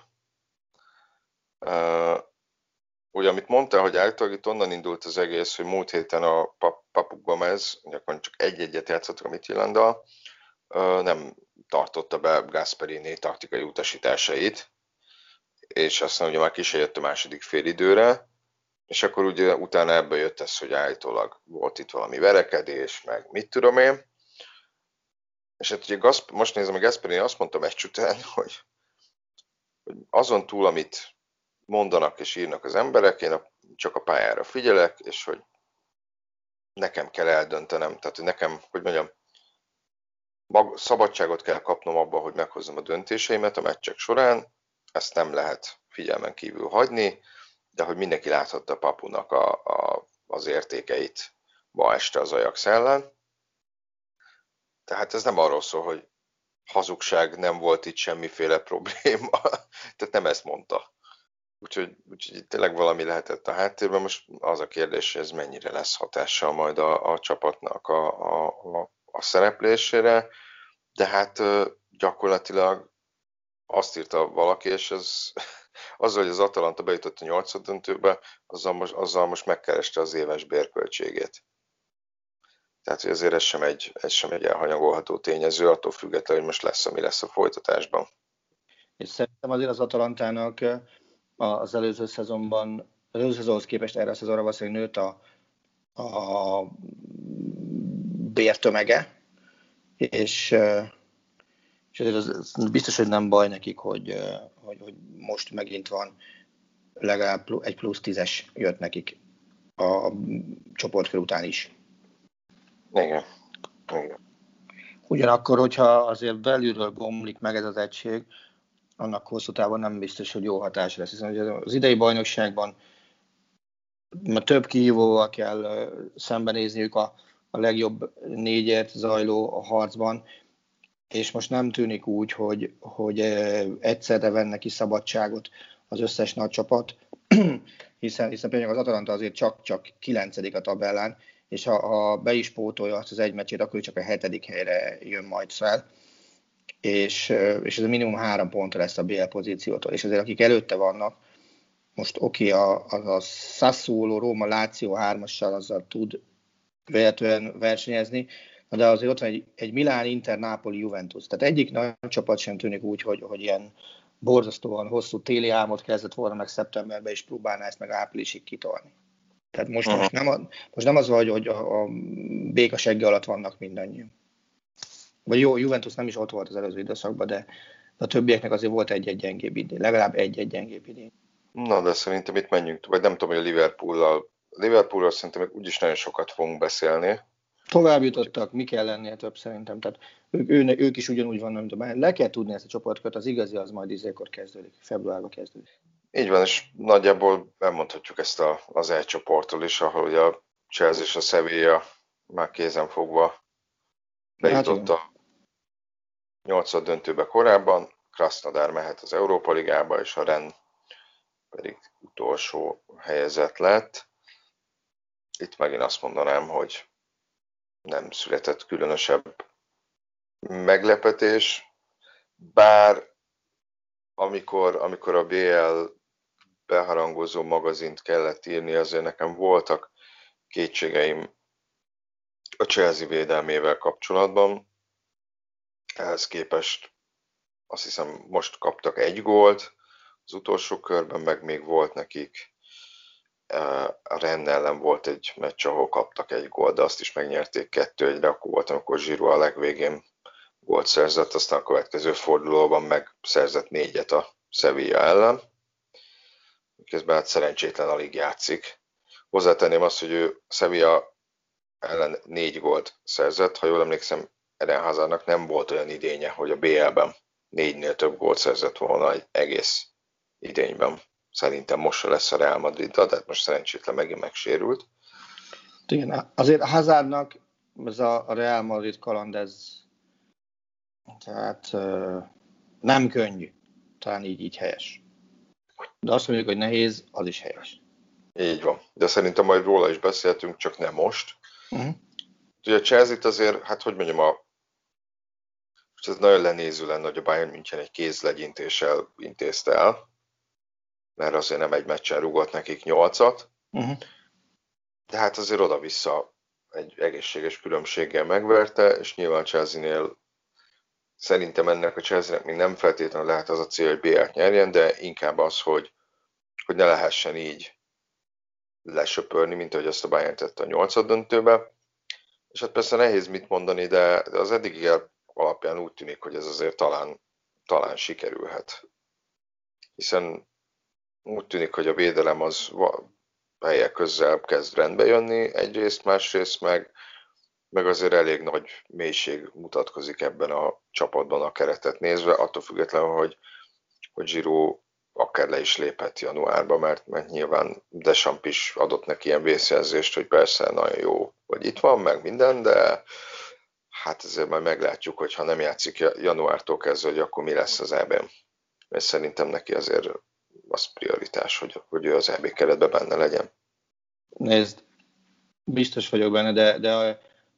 ugye amit mondtál, hogy általában itt onnan indult az egész, hogy múlt héten a Papu Gomez, gyakran csak egy-egyet játszottak a Midtjyllanddal, nem tartotta be Gasperini taktikai utasításait, és aztán ugye már ki se jött a második félidőre, és akkor ugye utána ebből jött ez, hogy állítólag volt itt valami verekedés, meg mit tudom én. És hát ugye most nézem, hogy Gasperini azt mondta meccs után, hogy azon túl, amit mondanak és írnak az emberek, én csak a pályára figyelek, és hogy nekem kell eldöntenem, tehát hogy nekem, hogy mondjam, szabadságot kell kapnom abban, hogy meghozzam a döntéseimet a meccsek során, ezt nem lehet figyelmen kívül hagyni, de hogy mindenki láthatta Papunak az értékeit ma este az Ajax ellen. Tehát ez nem arról szól, hogy hazugság, nem volt itt semmiféle probléma, tehát nem ezt mondta. Úgyhogy tényleg valami lehetett a háttérben. Most az a kérdés, hogy ez mennyire lesz hatással majd a csapatnak a szereplésére, de hát gyakorlatilag azt írta valaki, és azzal, hogy az Atalanta bejutott a 8. döntőbe, azzal most megkereste az éves bérköltségét. Tehát, hogy azért ez sem egy elhanyagolható tényező, attól függetlenül, hogy most lesz, ami lesz a folytatásban. És szerintem azért az Atalantának az előző szezonhoz képest erre a szezonra valószínűleg nőtt a bértömege, és És ezért az biztos, hogy nem baj nekik, hogy most megint van legalább egy plusz 10-es jött nekik a csoportkör után is. Igen. Ugyanakkor, hogyha azért belülről bomlik meg ez az egység, annak hosszú távon nem biztos, hogy jó hatás lesz, hiszen az idei bajnokságban több kihívóval kell szembenézniük a legjobb négyért zajló a harcban, és most nem tűnik úgy, hogy egyszerre venne ki szabadságot az összes nagy csapat, hiszen például az Atalanta azért csak 9. a tabellán, és ha be is pótolja azt az egy meccsét, akkor csak a 7. helyre jön majd fel, és ez a minimum 3 pontra lesz a BL pozíciótól, és azért akik előtte vannak, most a Sassuolo, Róma, Lazio 3-assal azzal tud véletlenül versenyezni, de azért ott van egy Milán, Inter, Napoli, Juventus. Tehát egyik nagy csapat sem tűnik úgy, hogy ilyen borzasztóan hosszú téli álmot kezdett volna meg szeptemberben, és próbálná ezt meg áprilisig kitolni. Tehát most nem az van, hogy a béka segge alatt vannak mindannyian. Vagy jó, Juventus nem is ott volt az előző időszakban, de a többieknek azért volt egy gyengébb idén. Legalább egy gyengébb idén. Na, de szerintem itt menjünk, vagy nem tudom, hogy a Liverpoolról szerintem úgyis nagyon sokat fogunk beszélni. Tovább jutottak, mi kell lennie több szerintem. Tehát ők is ugyanúgy vannak, mint a Bayern. Le kell tudni ezt a csoportkört, az igazi az majd izékor kezdődik, februárban kezdődik. Így van, és nagyjából elmondhatjuk ezt az E csoporttól is, ahol ugye a Chelsea és a Sevilla már kézenfogva bejutott a 8. döntőbe korábban, Krasnodar mehet az Európa Ligába, és a Rennes pedig utolsó helyezett lett. Itt megint azt mondanám, hogy nem született különösebb meglepetés, bár amikor a BL beharangozó magazint kellett írni, azért nekem voltak kétségeim a Chelsea védelmével kapcsolatban. Ehhez képest azt hiszem most kaptak 1 gólt, az utolsó körben meg még volt nekik, a Rennes ellen volt egy meccs, ahol kaptak 1 gólt, de azt is megnyerték 2-1-re, akkor volt, amikor Giroud a legvégén gólt szerzett, aztán a következő fordulóban meg szerzett 4-et a Sevilla ellen. Közben hát szerencsétlen alig játszik. Hozzátenném azt, hogy ő Sevilla ellen 4 gólt szerzett, ha jól emlékszem, Eden Hazardnak nem volt olyan idénye, hogy a BL-ben 4-nél több gólt szerzett volna egy egész idényben. Szerintem most se lesz a Real Madriddal, de most szerencsétlen megint megsérült. Igen, azért a Hazardnak ez a Real Madrid kaland, ez tehát nem könnyű, talán így helyes. De azt mondjuk, hogy nehéz, az is helyes. Így van, de szerintem majd róla is beszéltünk, csak nem most. Ugye a Chelsea-t azért, hát hogy mondjam, most ez nagyon lenéző lenne, hogy a Bayern München egy kézlegyintéssel intézte el, mert azért nem egy meccsen rúgott nekik 8-at, de hát azért oda-vissza egy egészséges különbséggel megverte, és nyilván Chelsea-nél szerintem ennek a Chelsea-nek még nem feltétlenül lehet az a cél, hogy BL-t nyerjen, de inkább az, hogy ne lehessen így lesöpörni, mint ahogy azt a Bayern tette a 8. döntőbe. És hát persze nehéz mit mondani, de az eddigi alapján úgy tűnik, hogy ez azért talán sikerülhet. Hiszen úgy tűnik, hogy a védelem az helyek közel kezd rendbe jönni egyrészt, másrészt meg azért elég nagy mélység mutatkozik ebben a csapatban a keretet nézve, attól függetlenül, hogy Giroud akár le is léphet januárba, mert nyilván Deschamps is adott neki ilyen vészjelzést, hogy persze nagyon jó, hogy itt van, meg minden, de hát ezért majd meglátjuk, hogy ha nem játszik januártól kezdve, hogy akkor mi lesz az EB-n. És szerintem neki azért az prioritás, hogy ő az EB keretben benne legyen. Nézd, biztos vagyok benne, de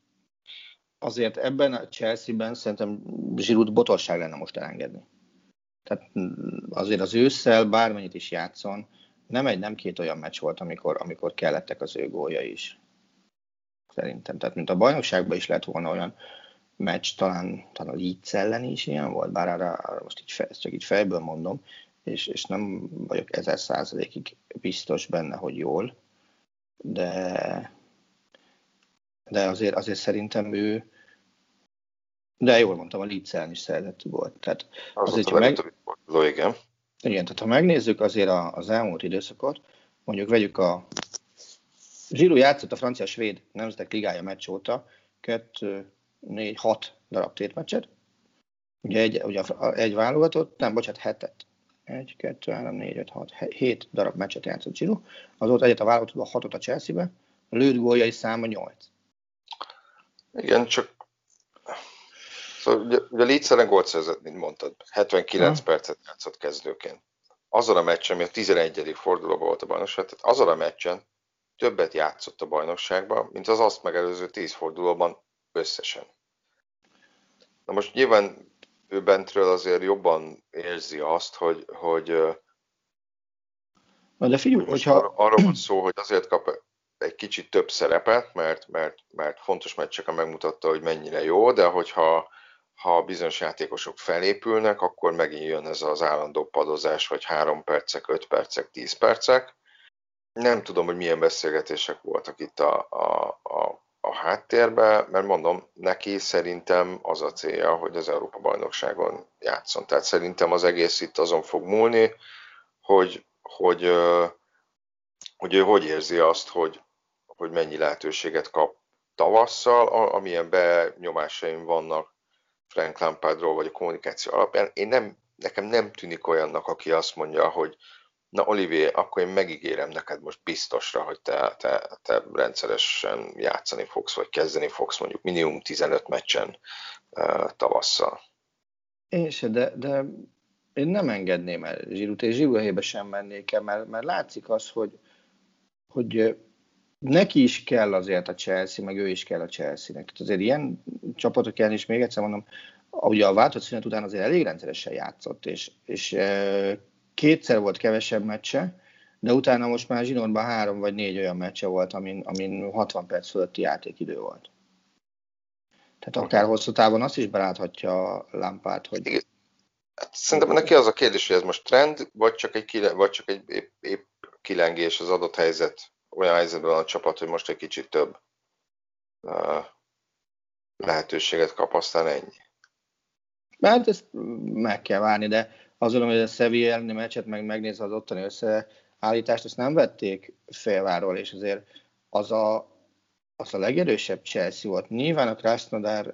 azért ebben a Chelsea-ben szerintem Giroud botorság lenne most elengedni. Tehát azért az ősszel bármennyit is játszon, nem 2 olyan meccs volt, amikor kellettek az ő gólja is. Szerintem. Tehát mint a bajnokságban is lett volna olyan meccs, talán a Leeds ellen is ilyen volt, bár arra most csak így fejből mondom, és nem vagyok 1000%-ig biztos benne, hogy jól, de azért szerintem ő De jól mondtam, a Leeds ellen is szerzett volt. Tehát az azért, a legutóbbi forduló, igen. Igen, tehát ha megnézzük azért az elmúlt időszakot, mondjuk vegyük Giroud játszott a francia-svéd nemzetek ligája meccs óta 2, 4, 6 darab tétmeccset, ugye egy válogatott, nem, bocsánat, 7-et. 1, 2, 3, 4, 5, 6, 7 darab meccset játszott Giroud, azóta egyet a válogatottban, 6-ot a Chelsea-be, a lőtt góljai száma 8. Igen, csak szóval, ugye a Leeds ellen gólt szerzett, mint mondtad, 79 percet játszott kezdőként. Azon a meccsen, ami a 11. fordulóban volt a bajnokság, tehát azon a meccsen többet játszott a bajnokságban, mint az azt megelőző 10 fordulóban összesen. Na most nyilván ő bentről azért jobban érzi azt, hogy de figyelj, hogyha arra van szó, hogy azért kap egy kicsit több szerepet, mert fontos meccseken megmutatta, hogy mennyire jó, de hogyha bizonyos játékosok felépülnek, akkor megint jön ez az állandó padozás, vagy 3 percek, 5 percek, 10 percek. Nem tudom, hogy milyen beszélgetések voltak itt a háttérben, mert mondom, neki szerintem az a célja, hogy az Európa-bajnokságon játszon. Tehát szerintem az egész itt azon fog múlni, hogy ő hogy érzi azt, hogy mennyi lehetőséget kap tavasszal, amilyen benyomásaim vannak Frank Lampardról, vagy a kommunikáció alapján. Nekem nem tűnik olyannak, aki azt mondja, hogy na Olivier, akkor én megígérem neked most biztosra, hogy te rendszeresen játszani fogsz, vagy kezdeni fogsz mondjuk minimum 15 meccsen tavasszal. Én se, de én nem engedném el Giroud, és Giroud helyébe sem mennék el, mert látszik az, hogy neki is kell azért a Chelsea, meg ő is kell a Chelsea-nek. Tehát azért ilyen csapatok ellen is, még egyszer mondom, ugye a váltott szünet után azért elég rendszeresen játszott, és kétszer volt kevesebb meccse, de utána most már zsinórban 3 vagy 4 olyan meccse volt, amin 60 perc fölötti játékidő volt. Tehát akár hosszú távon azt is beláthatja Lampard, hogy... Szerintem neki az a kérdés, hogy ez most trend, vagy csak egy épp kilengés az adott helyzet, olyan helyzetben van a csapat, hogy most egy kicsit több lehetőséget kap, aztán ennyi. Hát ezt meg kell várni, de azon, hogy a Sevilla elleni meccset megnézve az ottani összeállítást, azt nem vették félváról, és azért az a legerősebb Chelsea volt. Nyilván a Krasnodar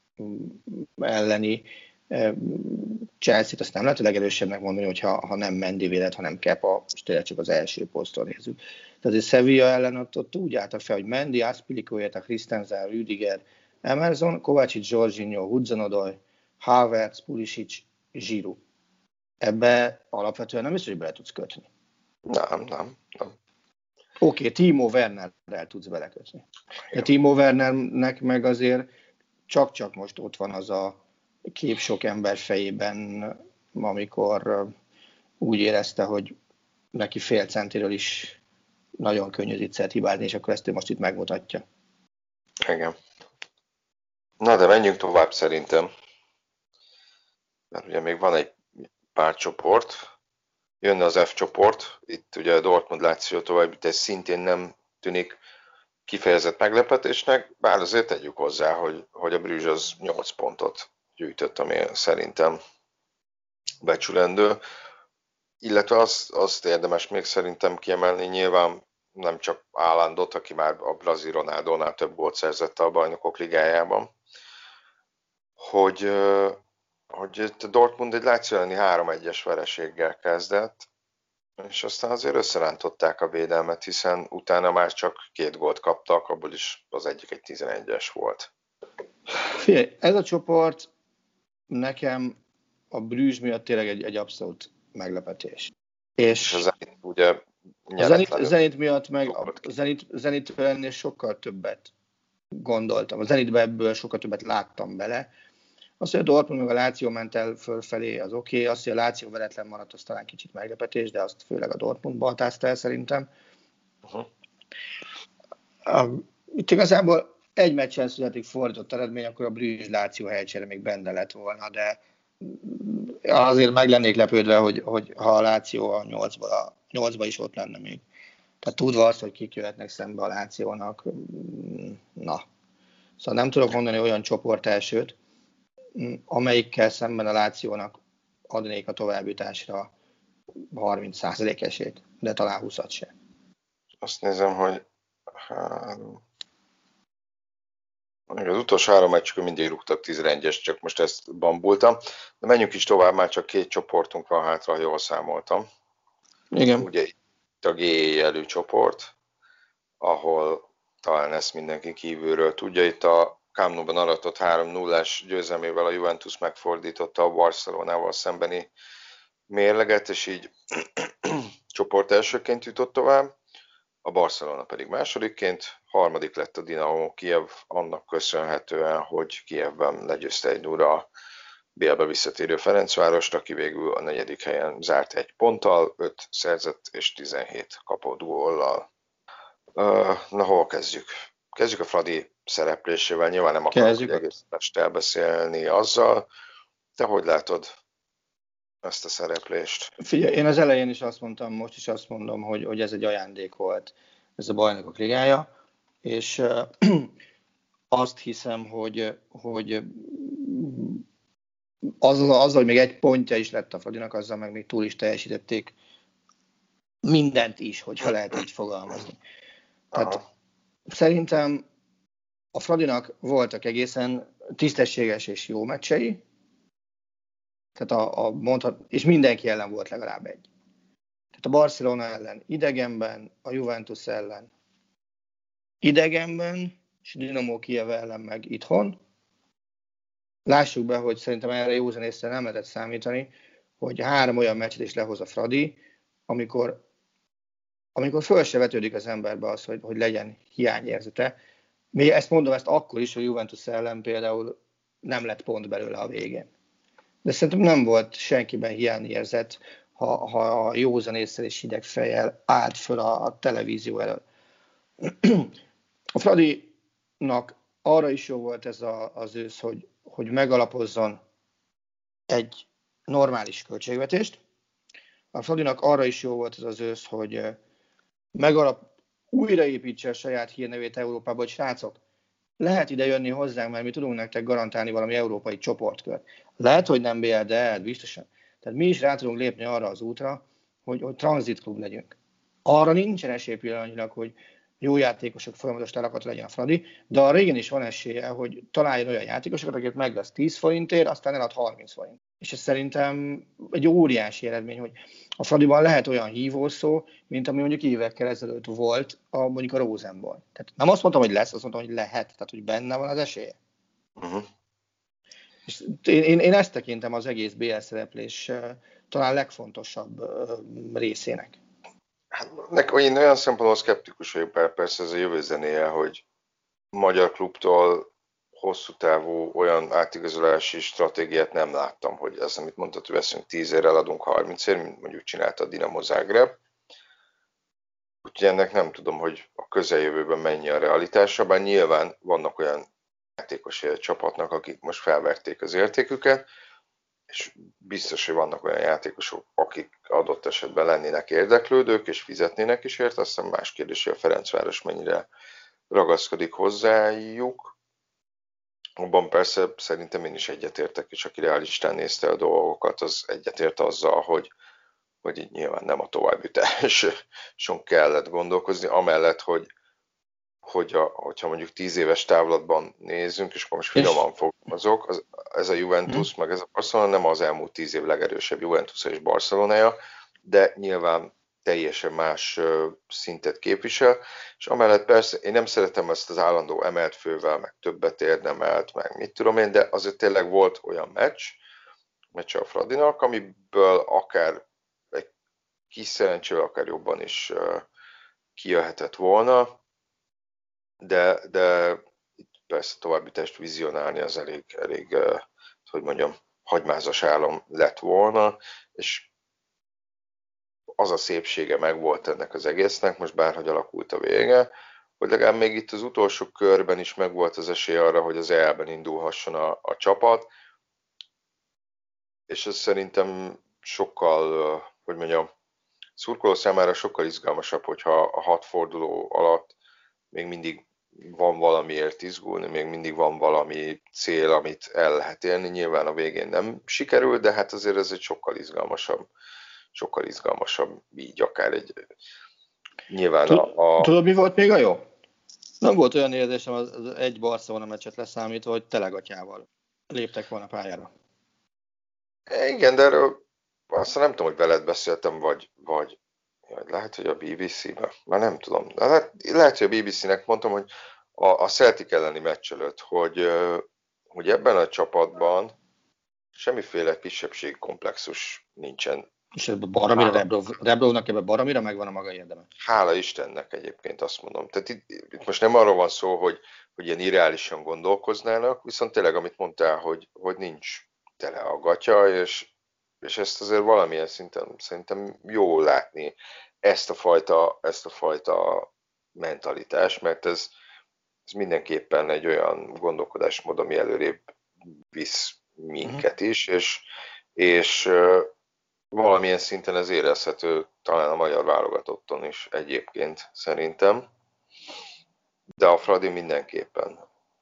elleni Chelsea-t azt nem lehet a legerősebbnek mondani, hogyha nem Mendy védett, hanem Kepa, és tényleg csak az első poszton nézzük. Tehát azért Sevilla ellen ott úgy álltak fel, hogy Mendy, Azpilicueta, Christensen, Rüdiger, Emerson, Kovacic, Jorginho, Hudson-Odoi, Havertz, Pulisic, Giroud. Ebbe alapvetően nem biztos, hogy bele tudsz kötni. Nem. Oké, Timo Wernerrel tudsz belekötni. De Timo Wernernek meg azért csak most ott van az a kép sok ember fejében, amikor úgy érezte, hogy neki fél centiről is nagyon könnyű zicsert hibázni, és akkor ezt ő most itt megmutatja. Igen. Na, de menjünk tovább szerintem. Mert ugye még van egy pár csoport. Jönne az F csoport. Itt ugye a Dortmund Lazio továbbjutás szintén nem tűnik kifejezett meglepetésnek, bár azért tegyük hozzá, hogy a Bruges az 8 pontot gyűjtött, ami szerintem becsülendő. Illetve azt érdemes még szerintem kiemelni, nyilván nem csak Haalandot, aki már a brazil Ronaldónál több gólt szerzett a Bajnokok Ligájában, hogy a Dortmund egy Lazio elleni 3-1-es vereséggel kezdett, és aztán azért összerántották a védelmet, hiszen utána már csak 2 gólt kaptak, abból is az egyik egy 11-es volt. Figyelj, ez a csoport nekem a Bruges miatt tényleg egy abszolút meglepetés. És a Zenit ugye a Zenit miatt meg a Zenitről ennél sokkal többet gondoltam. A Zenitbe ebből sokkal többet láttam bele. Azt, hogy a Dortmund meg a Lazio ment el fölfelé, az oké. Azt, hogy a Lazio veretlen maradt, az talán kicsit meglepetés, de azt főleg a Dortmund baltázta el szerintem. Itt igazából egy meccsen születik fordított eredmény, akkor a Bruges Lazio helycsere még benne lett volna, de azért meg lennék lepődve, hogy ha a Lazio a 8-ba is ott lenne még. Tehát tudva azt, hogy kik jöhetnek szembe a Lációnak, na. Szóval nem tudok mondani olyan csoport elsőt, amelyikkel szemben a Lációnak adnék a továbbjutásra 30% esélyt, de talán 20-at sem. Azt nézem, hogy az utolsó 3 meccsükön mindig rúgtak 10-1-es, csak most ezt bambultam. De menjünk is tovább, már csak 2 csoportunk van hátra, ha jól számoltam. Igen. Ugye itt a G előcsoport, ahol talán ezt mindenki kívülről tudja. Itt a Camp Nou-ban aratott 3-0-as győzelmével a Juventus megfordította a Barcelonával szembeni mérleget, és így csoport elsőként jutott tovább. A Barcelona pedig másodikként, harmadik lett a Dinamo Kijev annak köszönhetően, hogy Kijevben legyőzte 1-0 a BL-be visszatérő Ferencvárost, aki végül a 4. helyen zárt 1 ponttal, 5 szerzett és 17 kapott góllal. Na, hol kezdjük? Kezdjük a Fradi szereplésével, nyilván nem akarok egész elbeszélni azzal. Te hogy látod ezt a szereplést? Figyelj, én az elején is azt mondtam, most is azt mondom, hogy ez egy ajándék volt, ez a Bajnokok Ligája, és azt hiszem, hogy azzal, hogy még egy pontja is lett a Fradinak, azzal meg még túl is teljesítették mindent is, hogyha lehet így fogalmazni. Tehát szerintem a Fradinak voltak egészen tisztességes és jó meccsei, tehát és mindenki ellen volt legalább egy. Tehát a Barcelona ellen idegenben, a Juventus ellen idegenben, és a Dinamo Kijev ellen meg itthon. Lássuk be, hogy szerintem erre józan észre nem lehetett számítani, hogy 3 olyan meccset is lehoz a Fradi, amikor föl se vetődik az emberbe az, hogy legyen hiányérzete. Még ezt mondom akkor is, hogy a Juventus ellen például nem lett pont belőle a végén. De szerintem nem volt senkiben hiányérzet, ha a józan észre és hideg fejjel állt föl a televízió elől. A Fradinak arra is jó volt ez az ősz, hogy megalapozzon egy normális költségvetést. A Fradinak arra is jó volt ez az ősz, hogy újraépítse a saját hírnevét Európába, hogy srácok, lehet ide jönni hozzánk, mert mi tudunk nektek garantálni valami európai csoportkört. Lehet, hogy nem BL, de biztosan. Tehát mi is rá tudunk lépni arra az útra, hogy tranzitklub legyünk. Arra nincsen esély pillanatnyilag, hogy jó játékosok folyamatos lerakat legyen a Fradi, de a régen is van esélye, hogy találjon olyan játékosokat, akiket meg lesz 10 forintért, aztán elad 30 forint. És ez szerintem egy óriási eredmény, hogy a Fradiban lehet olyan hívószó, mint ami mondjuk évekkel ezelőtt volt mondjuk a Rosenborg. Tehát nem azt mondtam, hogy lesz, azt mondtam, hogy lehet, tehát hogy benne van az esélye. Uh-huh. És én ezt tekintem az egész BL szereplés talán legfontosabb részének. Én olyan szempontból szkeptikus vagyok, persze ez a jövő zenéje, hogy magyar klubtól hosszú távú olyan átigazolási stratégiát nem láttam, hogy ez, amit mondtad, hogy veszünk 10-ért, eladunk 30-ért, mint mondjuk csinálta a Dinamo Zagreb. Úgyhogy ennek nem tudom, hogy a közeljövőben mennyi a realitása, bár nyilván vannak olyan játékosai a csapatnak, akik most felverték az értéküket, és biztos, hogy vannak olyan játékosok, akik adott esetben lennének érdeklődők, és fizetnének is ért, aztán más kérdés, hogy a Ferencváros mennyire ragaszkodik hozzájuk. Abban persze szerintem én is egyetértek, és aki realistán nézte a dolgokat, az egyetért azzal, hogy így nyilván nem a továbbjutáson kellett gondolkozni, amellett, hogyha mondjuk 10 éves távlatban nézzünk, és akkor most finoman fogalmazok, ez a Juventus, meg ez a Barcelona nem az elmúlt 10 év legerősebb Juventus és Barcelonája, de nyilván teljesen más szintet képvisel, és amellett persze én nem szeretem ezt az állandó emelt fővel, meg többet érdemelt, meg mit tudom én, de azért tényleg volt olyan meccs a Fradinak, amiből akár egy kis szerencsével, akár jobban is kijöhetett volna, de itt persze továbbítást vizionálni az elég hogy mondjam, hagymázas álom lett volna, és az a szépsége megvolt ennek az egésznek, most bárhogy alakult a vége, hogy legalább még itt az utolsó körben is megvolt az esély arra, hogy az EL-ben indulhasson a csapat, és ez szerintem sokkal, hogy mondjam, szurkoló számára sokkal izgalmasabb, hogyha a 6 forduló alatt még mindig van valamiért izgulni, még mindig van valami cél, amit el lehet élni. Nyilván a végén nem sikerül, de hát azért ez egy sokkal izgalmasabb így akár egy... Nyilván Tudod, mi volt még a jó? Nem volt olyan érzésem az egy Barcelona meccset leszámítva, hogy telegatyával léptek volna pályára. Igen, de erről aztán nem tudom, hogy veled beszéltem, vagy lehet, hogy a BBC-ben, már nem tudom. Lehet, hogy a BBC-nek mondtam, hogy a Celtic elleni meccs előtt, hogy ebben a csapatban semmiféle kisebbségkomplexus nincsen. És Baromira, Rebrovnak ebben Baromira megvan a maga érdeme. Hála Istennek egyébként, azt mondom. Tehát itt most nem arról van szó, hogy ilyen irreálisan gondolkoznának, viszont tényleg, amit mondtál, hogy nincs tele a gatya, és ezt azért valamilyen szinten szerintem jó látni, ezt a fajta mentalitást, mert ez mindenképpen egy olyan gondolkodásmód, ami előrébb visz minket is, és valamilyen szinten ez érezhető talán a magyar válogatotton is egyébként szerintem, de a Fradi mindenképpen.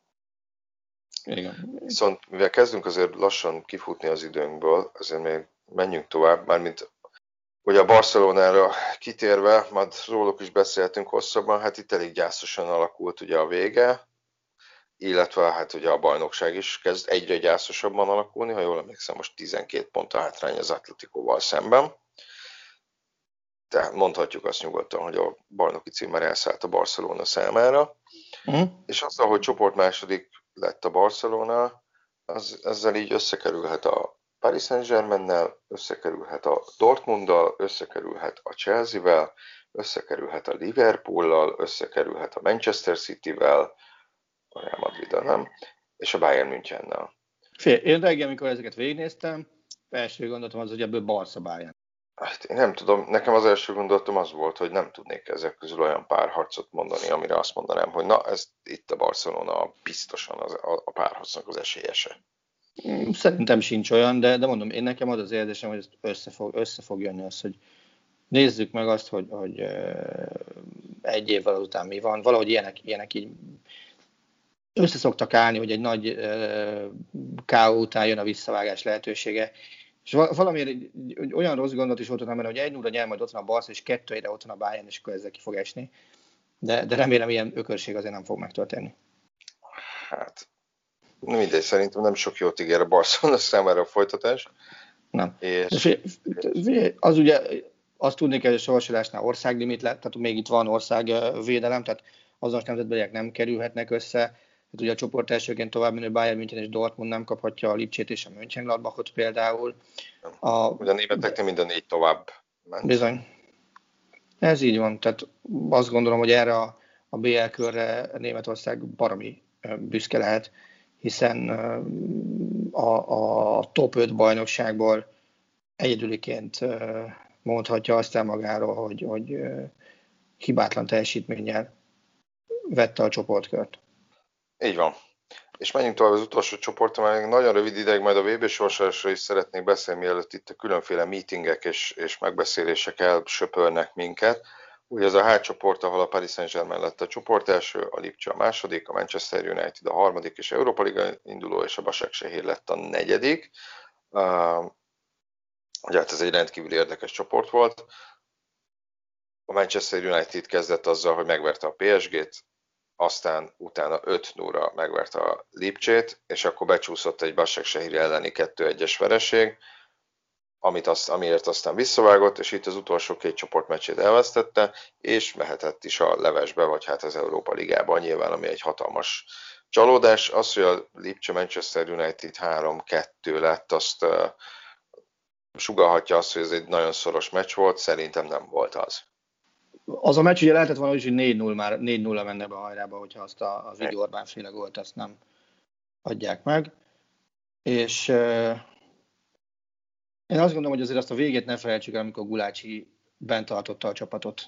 Igen. Viszont mivel kezdünk azért lassan kifutni az időnkből, azért még menjünk tovább, mármint hogy a Barcelonára kitérve, majd róluk is beszéltünk hosszabban, hát itt elég gyászosan alakult ugye a vége, illetve hát ugye a bajnokság is kezd egyre gyászosabban alakulni, ha jól emlékszem, most 12 pont a hátrány az Atleticóval szemben. Tehát mondhatjuk azt nyugodtan, hogy a bajnoki cím már elszállt a Barcelona számára. És azzal, hogy csoportmásodik lett a Barcelona, ezzel így összekerülhet a Paris Saint-Germainnel, összekerülhet a Dortmunddal, összekerülhet a Chelsea-vel, összekerülhet a Liverpoollal, összekerülhet a Manchester City-vel, a Real Madriddal nem, és a Bayern Münchennel. Én reggel, amikor ezeket végignéztem, első gondolatom az, hogy ebből Barca Bayern. Hát én nem tudom, nekem az első gondolatom az volt, hogy nem tudnék ezek közül olyan párharcot mondani, amire azt mondanám, hogy na, ez itt a Barcelona biztosan a párharcnak az esélyese. Szerintem sincs olyan, de mondom, én nekem az érzésem, hogy össze fog jönni az, hogy nézzük meg azt, hogy egy évvel azután mi van. Valahogy ilyenek így összeszoktak állni, hogy egy nagy K.O. után jön a visszavágás lehetősége. És valamiért olyan rossz gondolat is volt benne, hogy 1-0-ra nyer, majd ott van a Barca, és 2-1-re ott van a Bayern, és akkor ezzel ki fog esni. De remélem, ilyen ökörség azért nem fog megtörténni. Hát, mindegy, szerintem nem sok jót ígér a Barcelona számára a folytatás. Nem. Az ugye, azt tudni kell, hogy a sorsolásnál országlimit lett, tehát még itt van országvédelem, tehát azonos nemzetbeliek nem kerülhetnek össze. Tehát ugye a csoport elsőként tovább menő Bayern München és Dortmund nem kaphatja a Lipcsét és a Mönchengladbachot például. Ugye a németeknél mind a 4 tovább ment. Bizony. Ez így van, tehát azt gondolom, hogy erre a BL körre Németország baromi büszke lehet, hiszen a top 5 bajnokságból egyedüliként mondhatja azt el magáról, hogy hibátlan teljesítménnyel vette a csoportkört. Így van. És menjünk tovább az utolsó csoportra, mert nagyon rövid ideig majd a VB sorsolásra is szeretnék beszélni, mielőtt itt a különféle meetingek és megbeszélések elsöpörnek minket. Ugye az a H csoport, ahol a Paris Saint-Germain lett a csoport első, a Lipcse a második, a Manchester United a harmadik és Európa Liga induló, és a Başakşehir lett a negyedik. Ugye hát ez egy rendkívül érdekes csoport volt. A Manchester United kezdett azzal, hogy megverte a PSG-t, aztán utána 5-0-ra megverte a Lipcsét, és akkor becsúszott egy Başakşehir elleni 2-1-es vereség, amiért aztán visszavágott, és itt az utolsó 2 csoportmeccsét elvesztette, és mehetett is a levesbe, vagy hát az Európa Ligában nyilván, ami egy hatalmas csalódás. Az, hogy a Lipcse Manchester United 3-2 lett, azt sugallhatja azt, hogy ez egy nagyon szoros meccs volt, szerintem nem volt az. Az a meccs ugye lehetett volna, hogy 4-0 menne be hajrába, hogyha azt az Vidi Orbán féle gólt azt nem adják meg. És én azt gondolom, hogy azért azt a végét ne felejtsük el, amikor Gulácsi bent tartotta a csapatot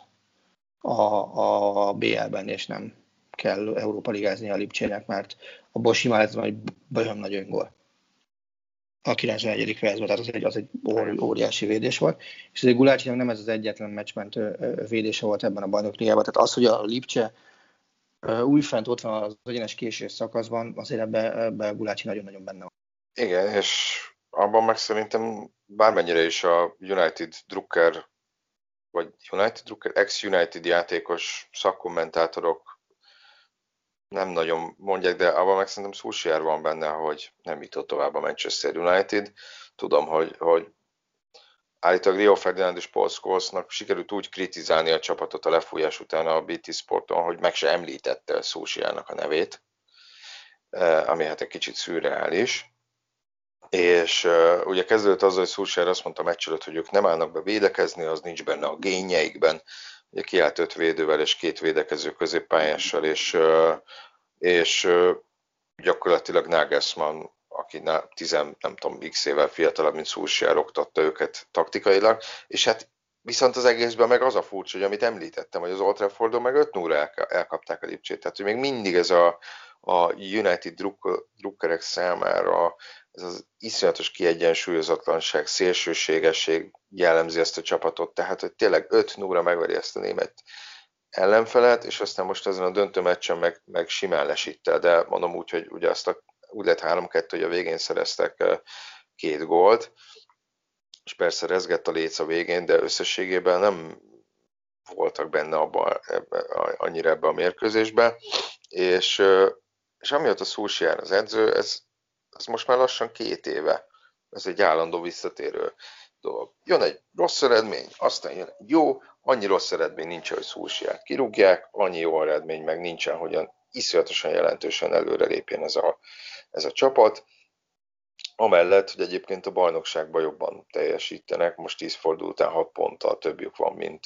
a BL-ben, és nem kell Európa ligázni a Lipcsének, mert abból simán lett volna egy bajom nagy öngól a 91. percben, tehát az egy óriási védés volt. És azért Gulácsinak nem ez az egyetlen meccsment védése volt ebben a bajnokligában. Tehát az, hogy a Lipcse Újfent ott van az egyenes késés szakaszban, azért ebbe Gulácsi nagyon-nagyon benne van. Igen, és abban meg szerintem bármennyire is a United Drucker, vagy United Drucker, ex-United játékos szakkommentátorok nem nagyon mondják, de abban meg szerintem Solskjaer van benne, hogy nem jutott tovább a Manchester United. Tudom, hogy állítólag Rio Ferdinand és Paul Scholesnak sikerült úgy kritizálni a csapatot a lefújás után a BT Sporton, hogy meg se említette Solskjaernak a nevét, ami hát egy kicsit szürreális. És ugye kezdődött azzal, hogy Solskjaer azt mondta a meccs előtt, hogy ők nem állnak be védekezni, az nincs benne a génjeikben. Ugye kiállt 5 védővel és 2 védekező középpályással, és gyakorlatilag Nagelsmann, aki 10 nem tudom x évvel fiatalabb, mint Solskjaer, oktatta őket taktikailag, és hát viszont az egészben meg az a furcsa, hogy amit említettem, hogy az Old Traffordon meg 5-0 elkapták a Lipcsét, tehát hogy még mindig ez a United drukkerek számára ez az iszonyatos kiegyensúlyozatlanság, szélsőségesség jellemzi ezt a csapatot, tehát hogy tényleg 5-0 megveri ezt a német ellenfelet, és aztán most ezen a döntő meccsen meg simán lesítte, de mondom úgy, hogy ugye úgy lett 3-2, hogy a végén szereztek 2 gólt, és persze rezgett a léc a végén, de összességében nem voltak benne annyira ebbe a mérkőzésbe, és amiatt a Solskjaer az edző, ez most már lassan 2 éve, ez egy állandó visszatérő dolog. Jön egy rossz eredmény, aztán jön egy jó, annyi rossz eredmény nincs, hogy Solskjaert kirúgják, annyi jó eredmény meg nincsen, hogyan iszonyatosan jelentősen előrelépjen ez a csapat. Amellett, hogy egyébként a bajnokságban jobban teljesítenek, most 10 forduló után 6 ponttal többjük van, mint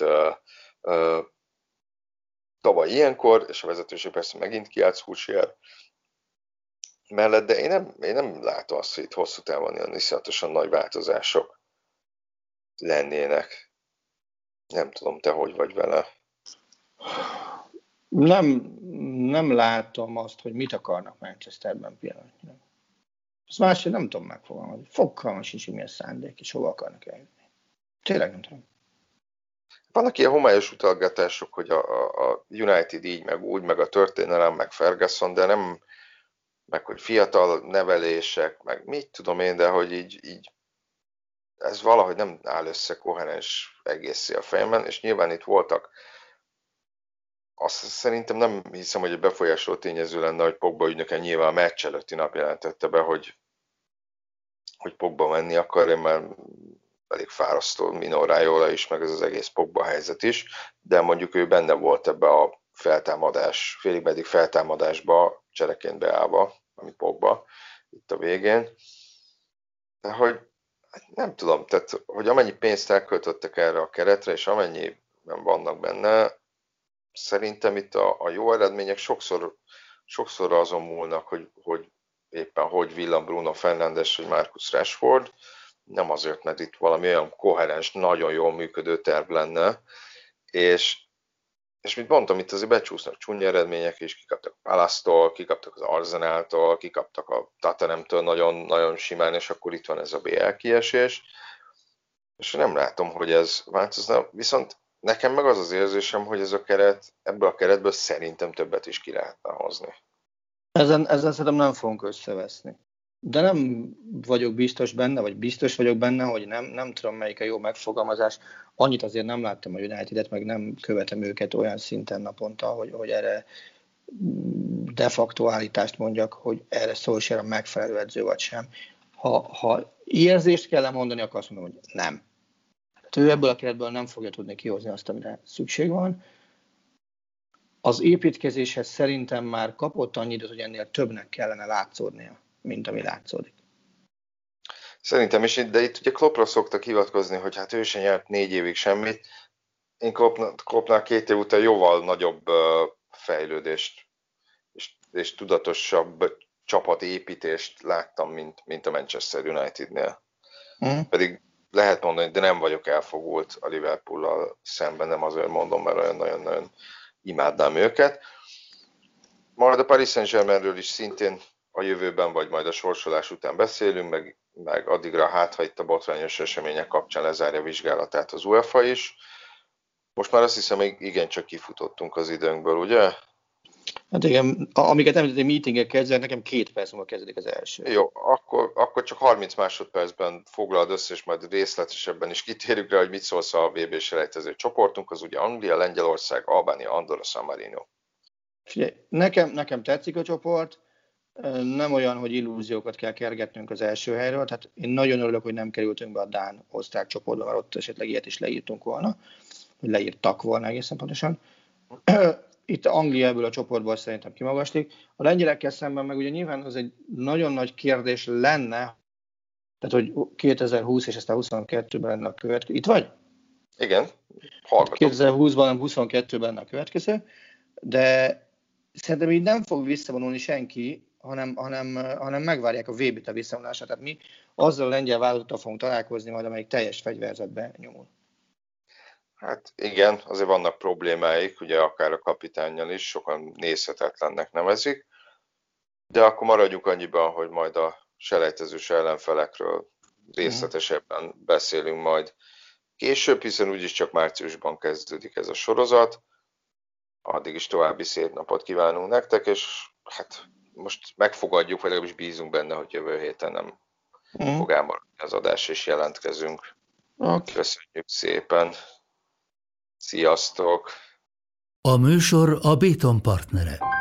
tavaly ilyenkor, és a vezetőség persze megint kiállt Solskjaer mellett, de én nem látom azt, hogy itt hosszú távon ilyen iszonyatosan nagy változások lennének. Nem tudom, te hogy vagy vele. Nem látom azt, hogy mit akarnak Manchesterben pillanatnyilag. Ezt máshogy nem tudom megfogalmazni. Fogalmam sincs, hogy milyen szándék, és hova akarnak eljutni. Tényleg nem tudom. Vannak ilyen homályos utalgatások, hogy a United így, meg úgy, meg a történelem, meg Ferguson, de nem, meg hogy fiatal nevelések, meg mit tudom én, de hogy így ez valahogy nem áll össze koherens egészé a fejemben, és nyilván itt voltak, azt szerintem nem hiszem, hogy egy befolyásoló tényező lenne, hogy Pogba ügynöke nyilván a meccs előtti nap jelentette be, hogy Pogba menni akar, én már elég fárasztó Mino Raiola is, meg ez az egész Pogba helyzet is, de mondjuk ő benne volt ebbe a félig meddig feltámadásba, csereként beállva, amit Pogba itt a végén. De hogy nem tudom, tehát hogy amennyi pénzt elköltöttek erre a keretre, és amennyiben vannak benne, szerintem itt a jó eredmények sokszor azon múlnak, hogy éppen hogy villan Bruno Fernandes, vagy Marcus Rashford, nem azért, mert itt valami olyan koherens, nagyon jól működő terv lenne, és mint mondtam, itt azért becsúsznak csúnya eredmények is, kikaptak a Palace-tól, kikaptak az Arsenal-tól, kikaptak a Tottenhamtől nagyon, nagyon simán, és akkor itt van ez a BL kiesés, és nem látom, hogy ez változna, viszont nekem meg az az érzésem, hogy ez a keret, ebből a keretből szerintem többet is ki lehetne hozni. Ezzel szerintem nem fogunk összeveszni. De nem vagyok biztos benne, vagy biztos vagyok benne, hogy nem tudom, melyik a jó megfogalmazás. Annyit azért nem láttam a United-et, meg nem követem őket olyan szinten naponta, hogy erre de facto állítást mondjak, hogy erre Solskjaer a megfelelő edző vagy sem. Ha érzést kell mondani, akkor azt mondom, hogy nem. Hát ő ebből a keretből nem fogja tudni kihozni azt, amire szükség van. Az építkezéshez szerintem már kapott annyit, hogy ennél többnek kellene látszódnia, mint ami látszódik. Szerintem is, de itt ugye Kloppra szoktak hivatkozni, hogy hát ő sem nyert 4 évig semmit. Én Kloppnál 2 év után jóval nagyobb fejlődést és tudatosabb csapatépítést láttam, mint a Manchester Unitednél. Pedig lehet mondani, de nem vagyok elfogult a Liverpoollal szemben, nem azért mondom, mert olyan nagyon-nagyon imádnám őket. Majd a Paris Saint-Germainről is szintén a jövőben, vagy majd a sorsolás után beszélünk, meg addigra ha itt a botrányos események kapcsán lezárja vizsgálatát az UEFA is. Most már azt hiszem, igencsak kifutottunk az időnkből, ugye? Hát igen, amiket említett, meetingek kezdve, nekem 2 perc múlva kezdődik az első. Jó, akkor csak 30 másodpercben foglald össze, és majd részletesebben is kitérjük rá, hogy mit szólsz a VB-s selejtező csoportunk, az ugye Anglia, Lengyelország, Albánia, Andorra, San Marino. Nekem tetszik a csoport, nem olyan, hogy illúziókat kell kergetnünk az első helyről, tehát én nagyon örülök, hogy nem kerültünk be a dán-osztrák csoportba, mert ott esetleg ilyet is leírtunk volna, vagy leírtak volna egészen pontosan. Itt Anglia ebből a csoportból szerintem kimagaslik. A lengyelekkel szemben meg ugye nyilván az egy nagyon nagy kérdés lenne, tehát hogy 2020 és aztán 22-ben lenne a következő. Itt vagy? Igen, hallgatom. 2020-ban, nem 22-ben lenne a következő, de szerintem így nem fog visszavonulni senki, hanem megvárják a VB-t a visszavonulását. Tehát mi azzal a lengyel vállalattal fogunk találkozni majd, amelyik teljes fegyverzetbe nyomul. Hát igen, azért vannak problémáik, ugye akár a kapitánnyal is, sokan nézhetetlennek nevezik, de akkor maradjuk annyiban, hogy majd a selejtezős ellenfelekről részletesebben beszélünk majd később, hiszen úgyis csak márciusban kezdődik ez a sorozat. Addig is további szép napot kívánunk nektek, és hát most megfogadjuk, vagy legalábbis bízunk benne, hogy jövő héten nem fog elmaradni az adás, és jelentkezünk. Köszönjük szépen! Sziasztok! A műsor a Béton partnere.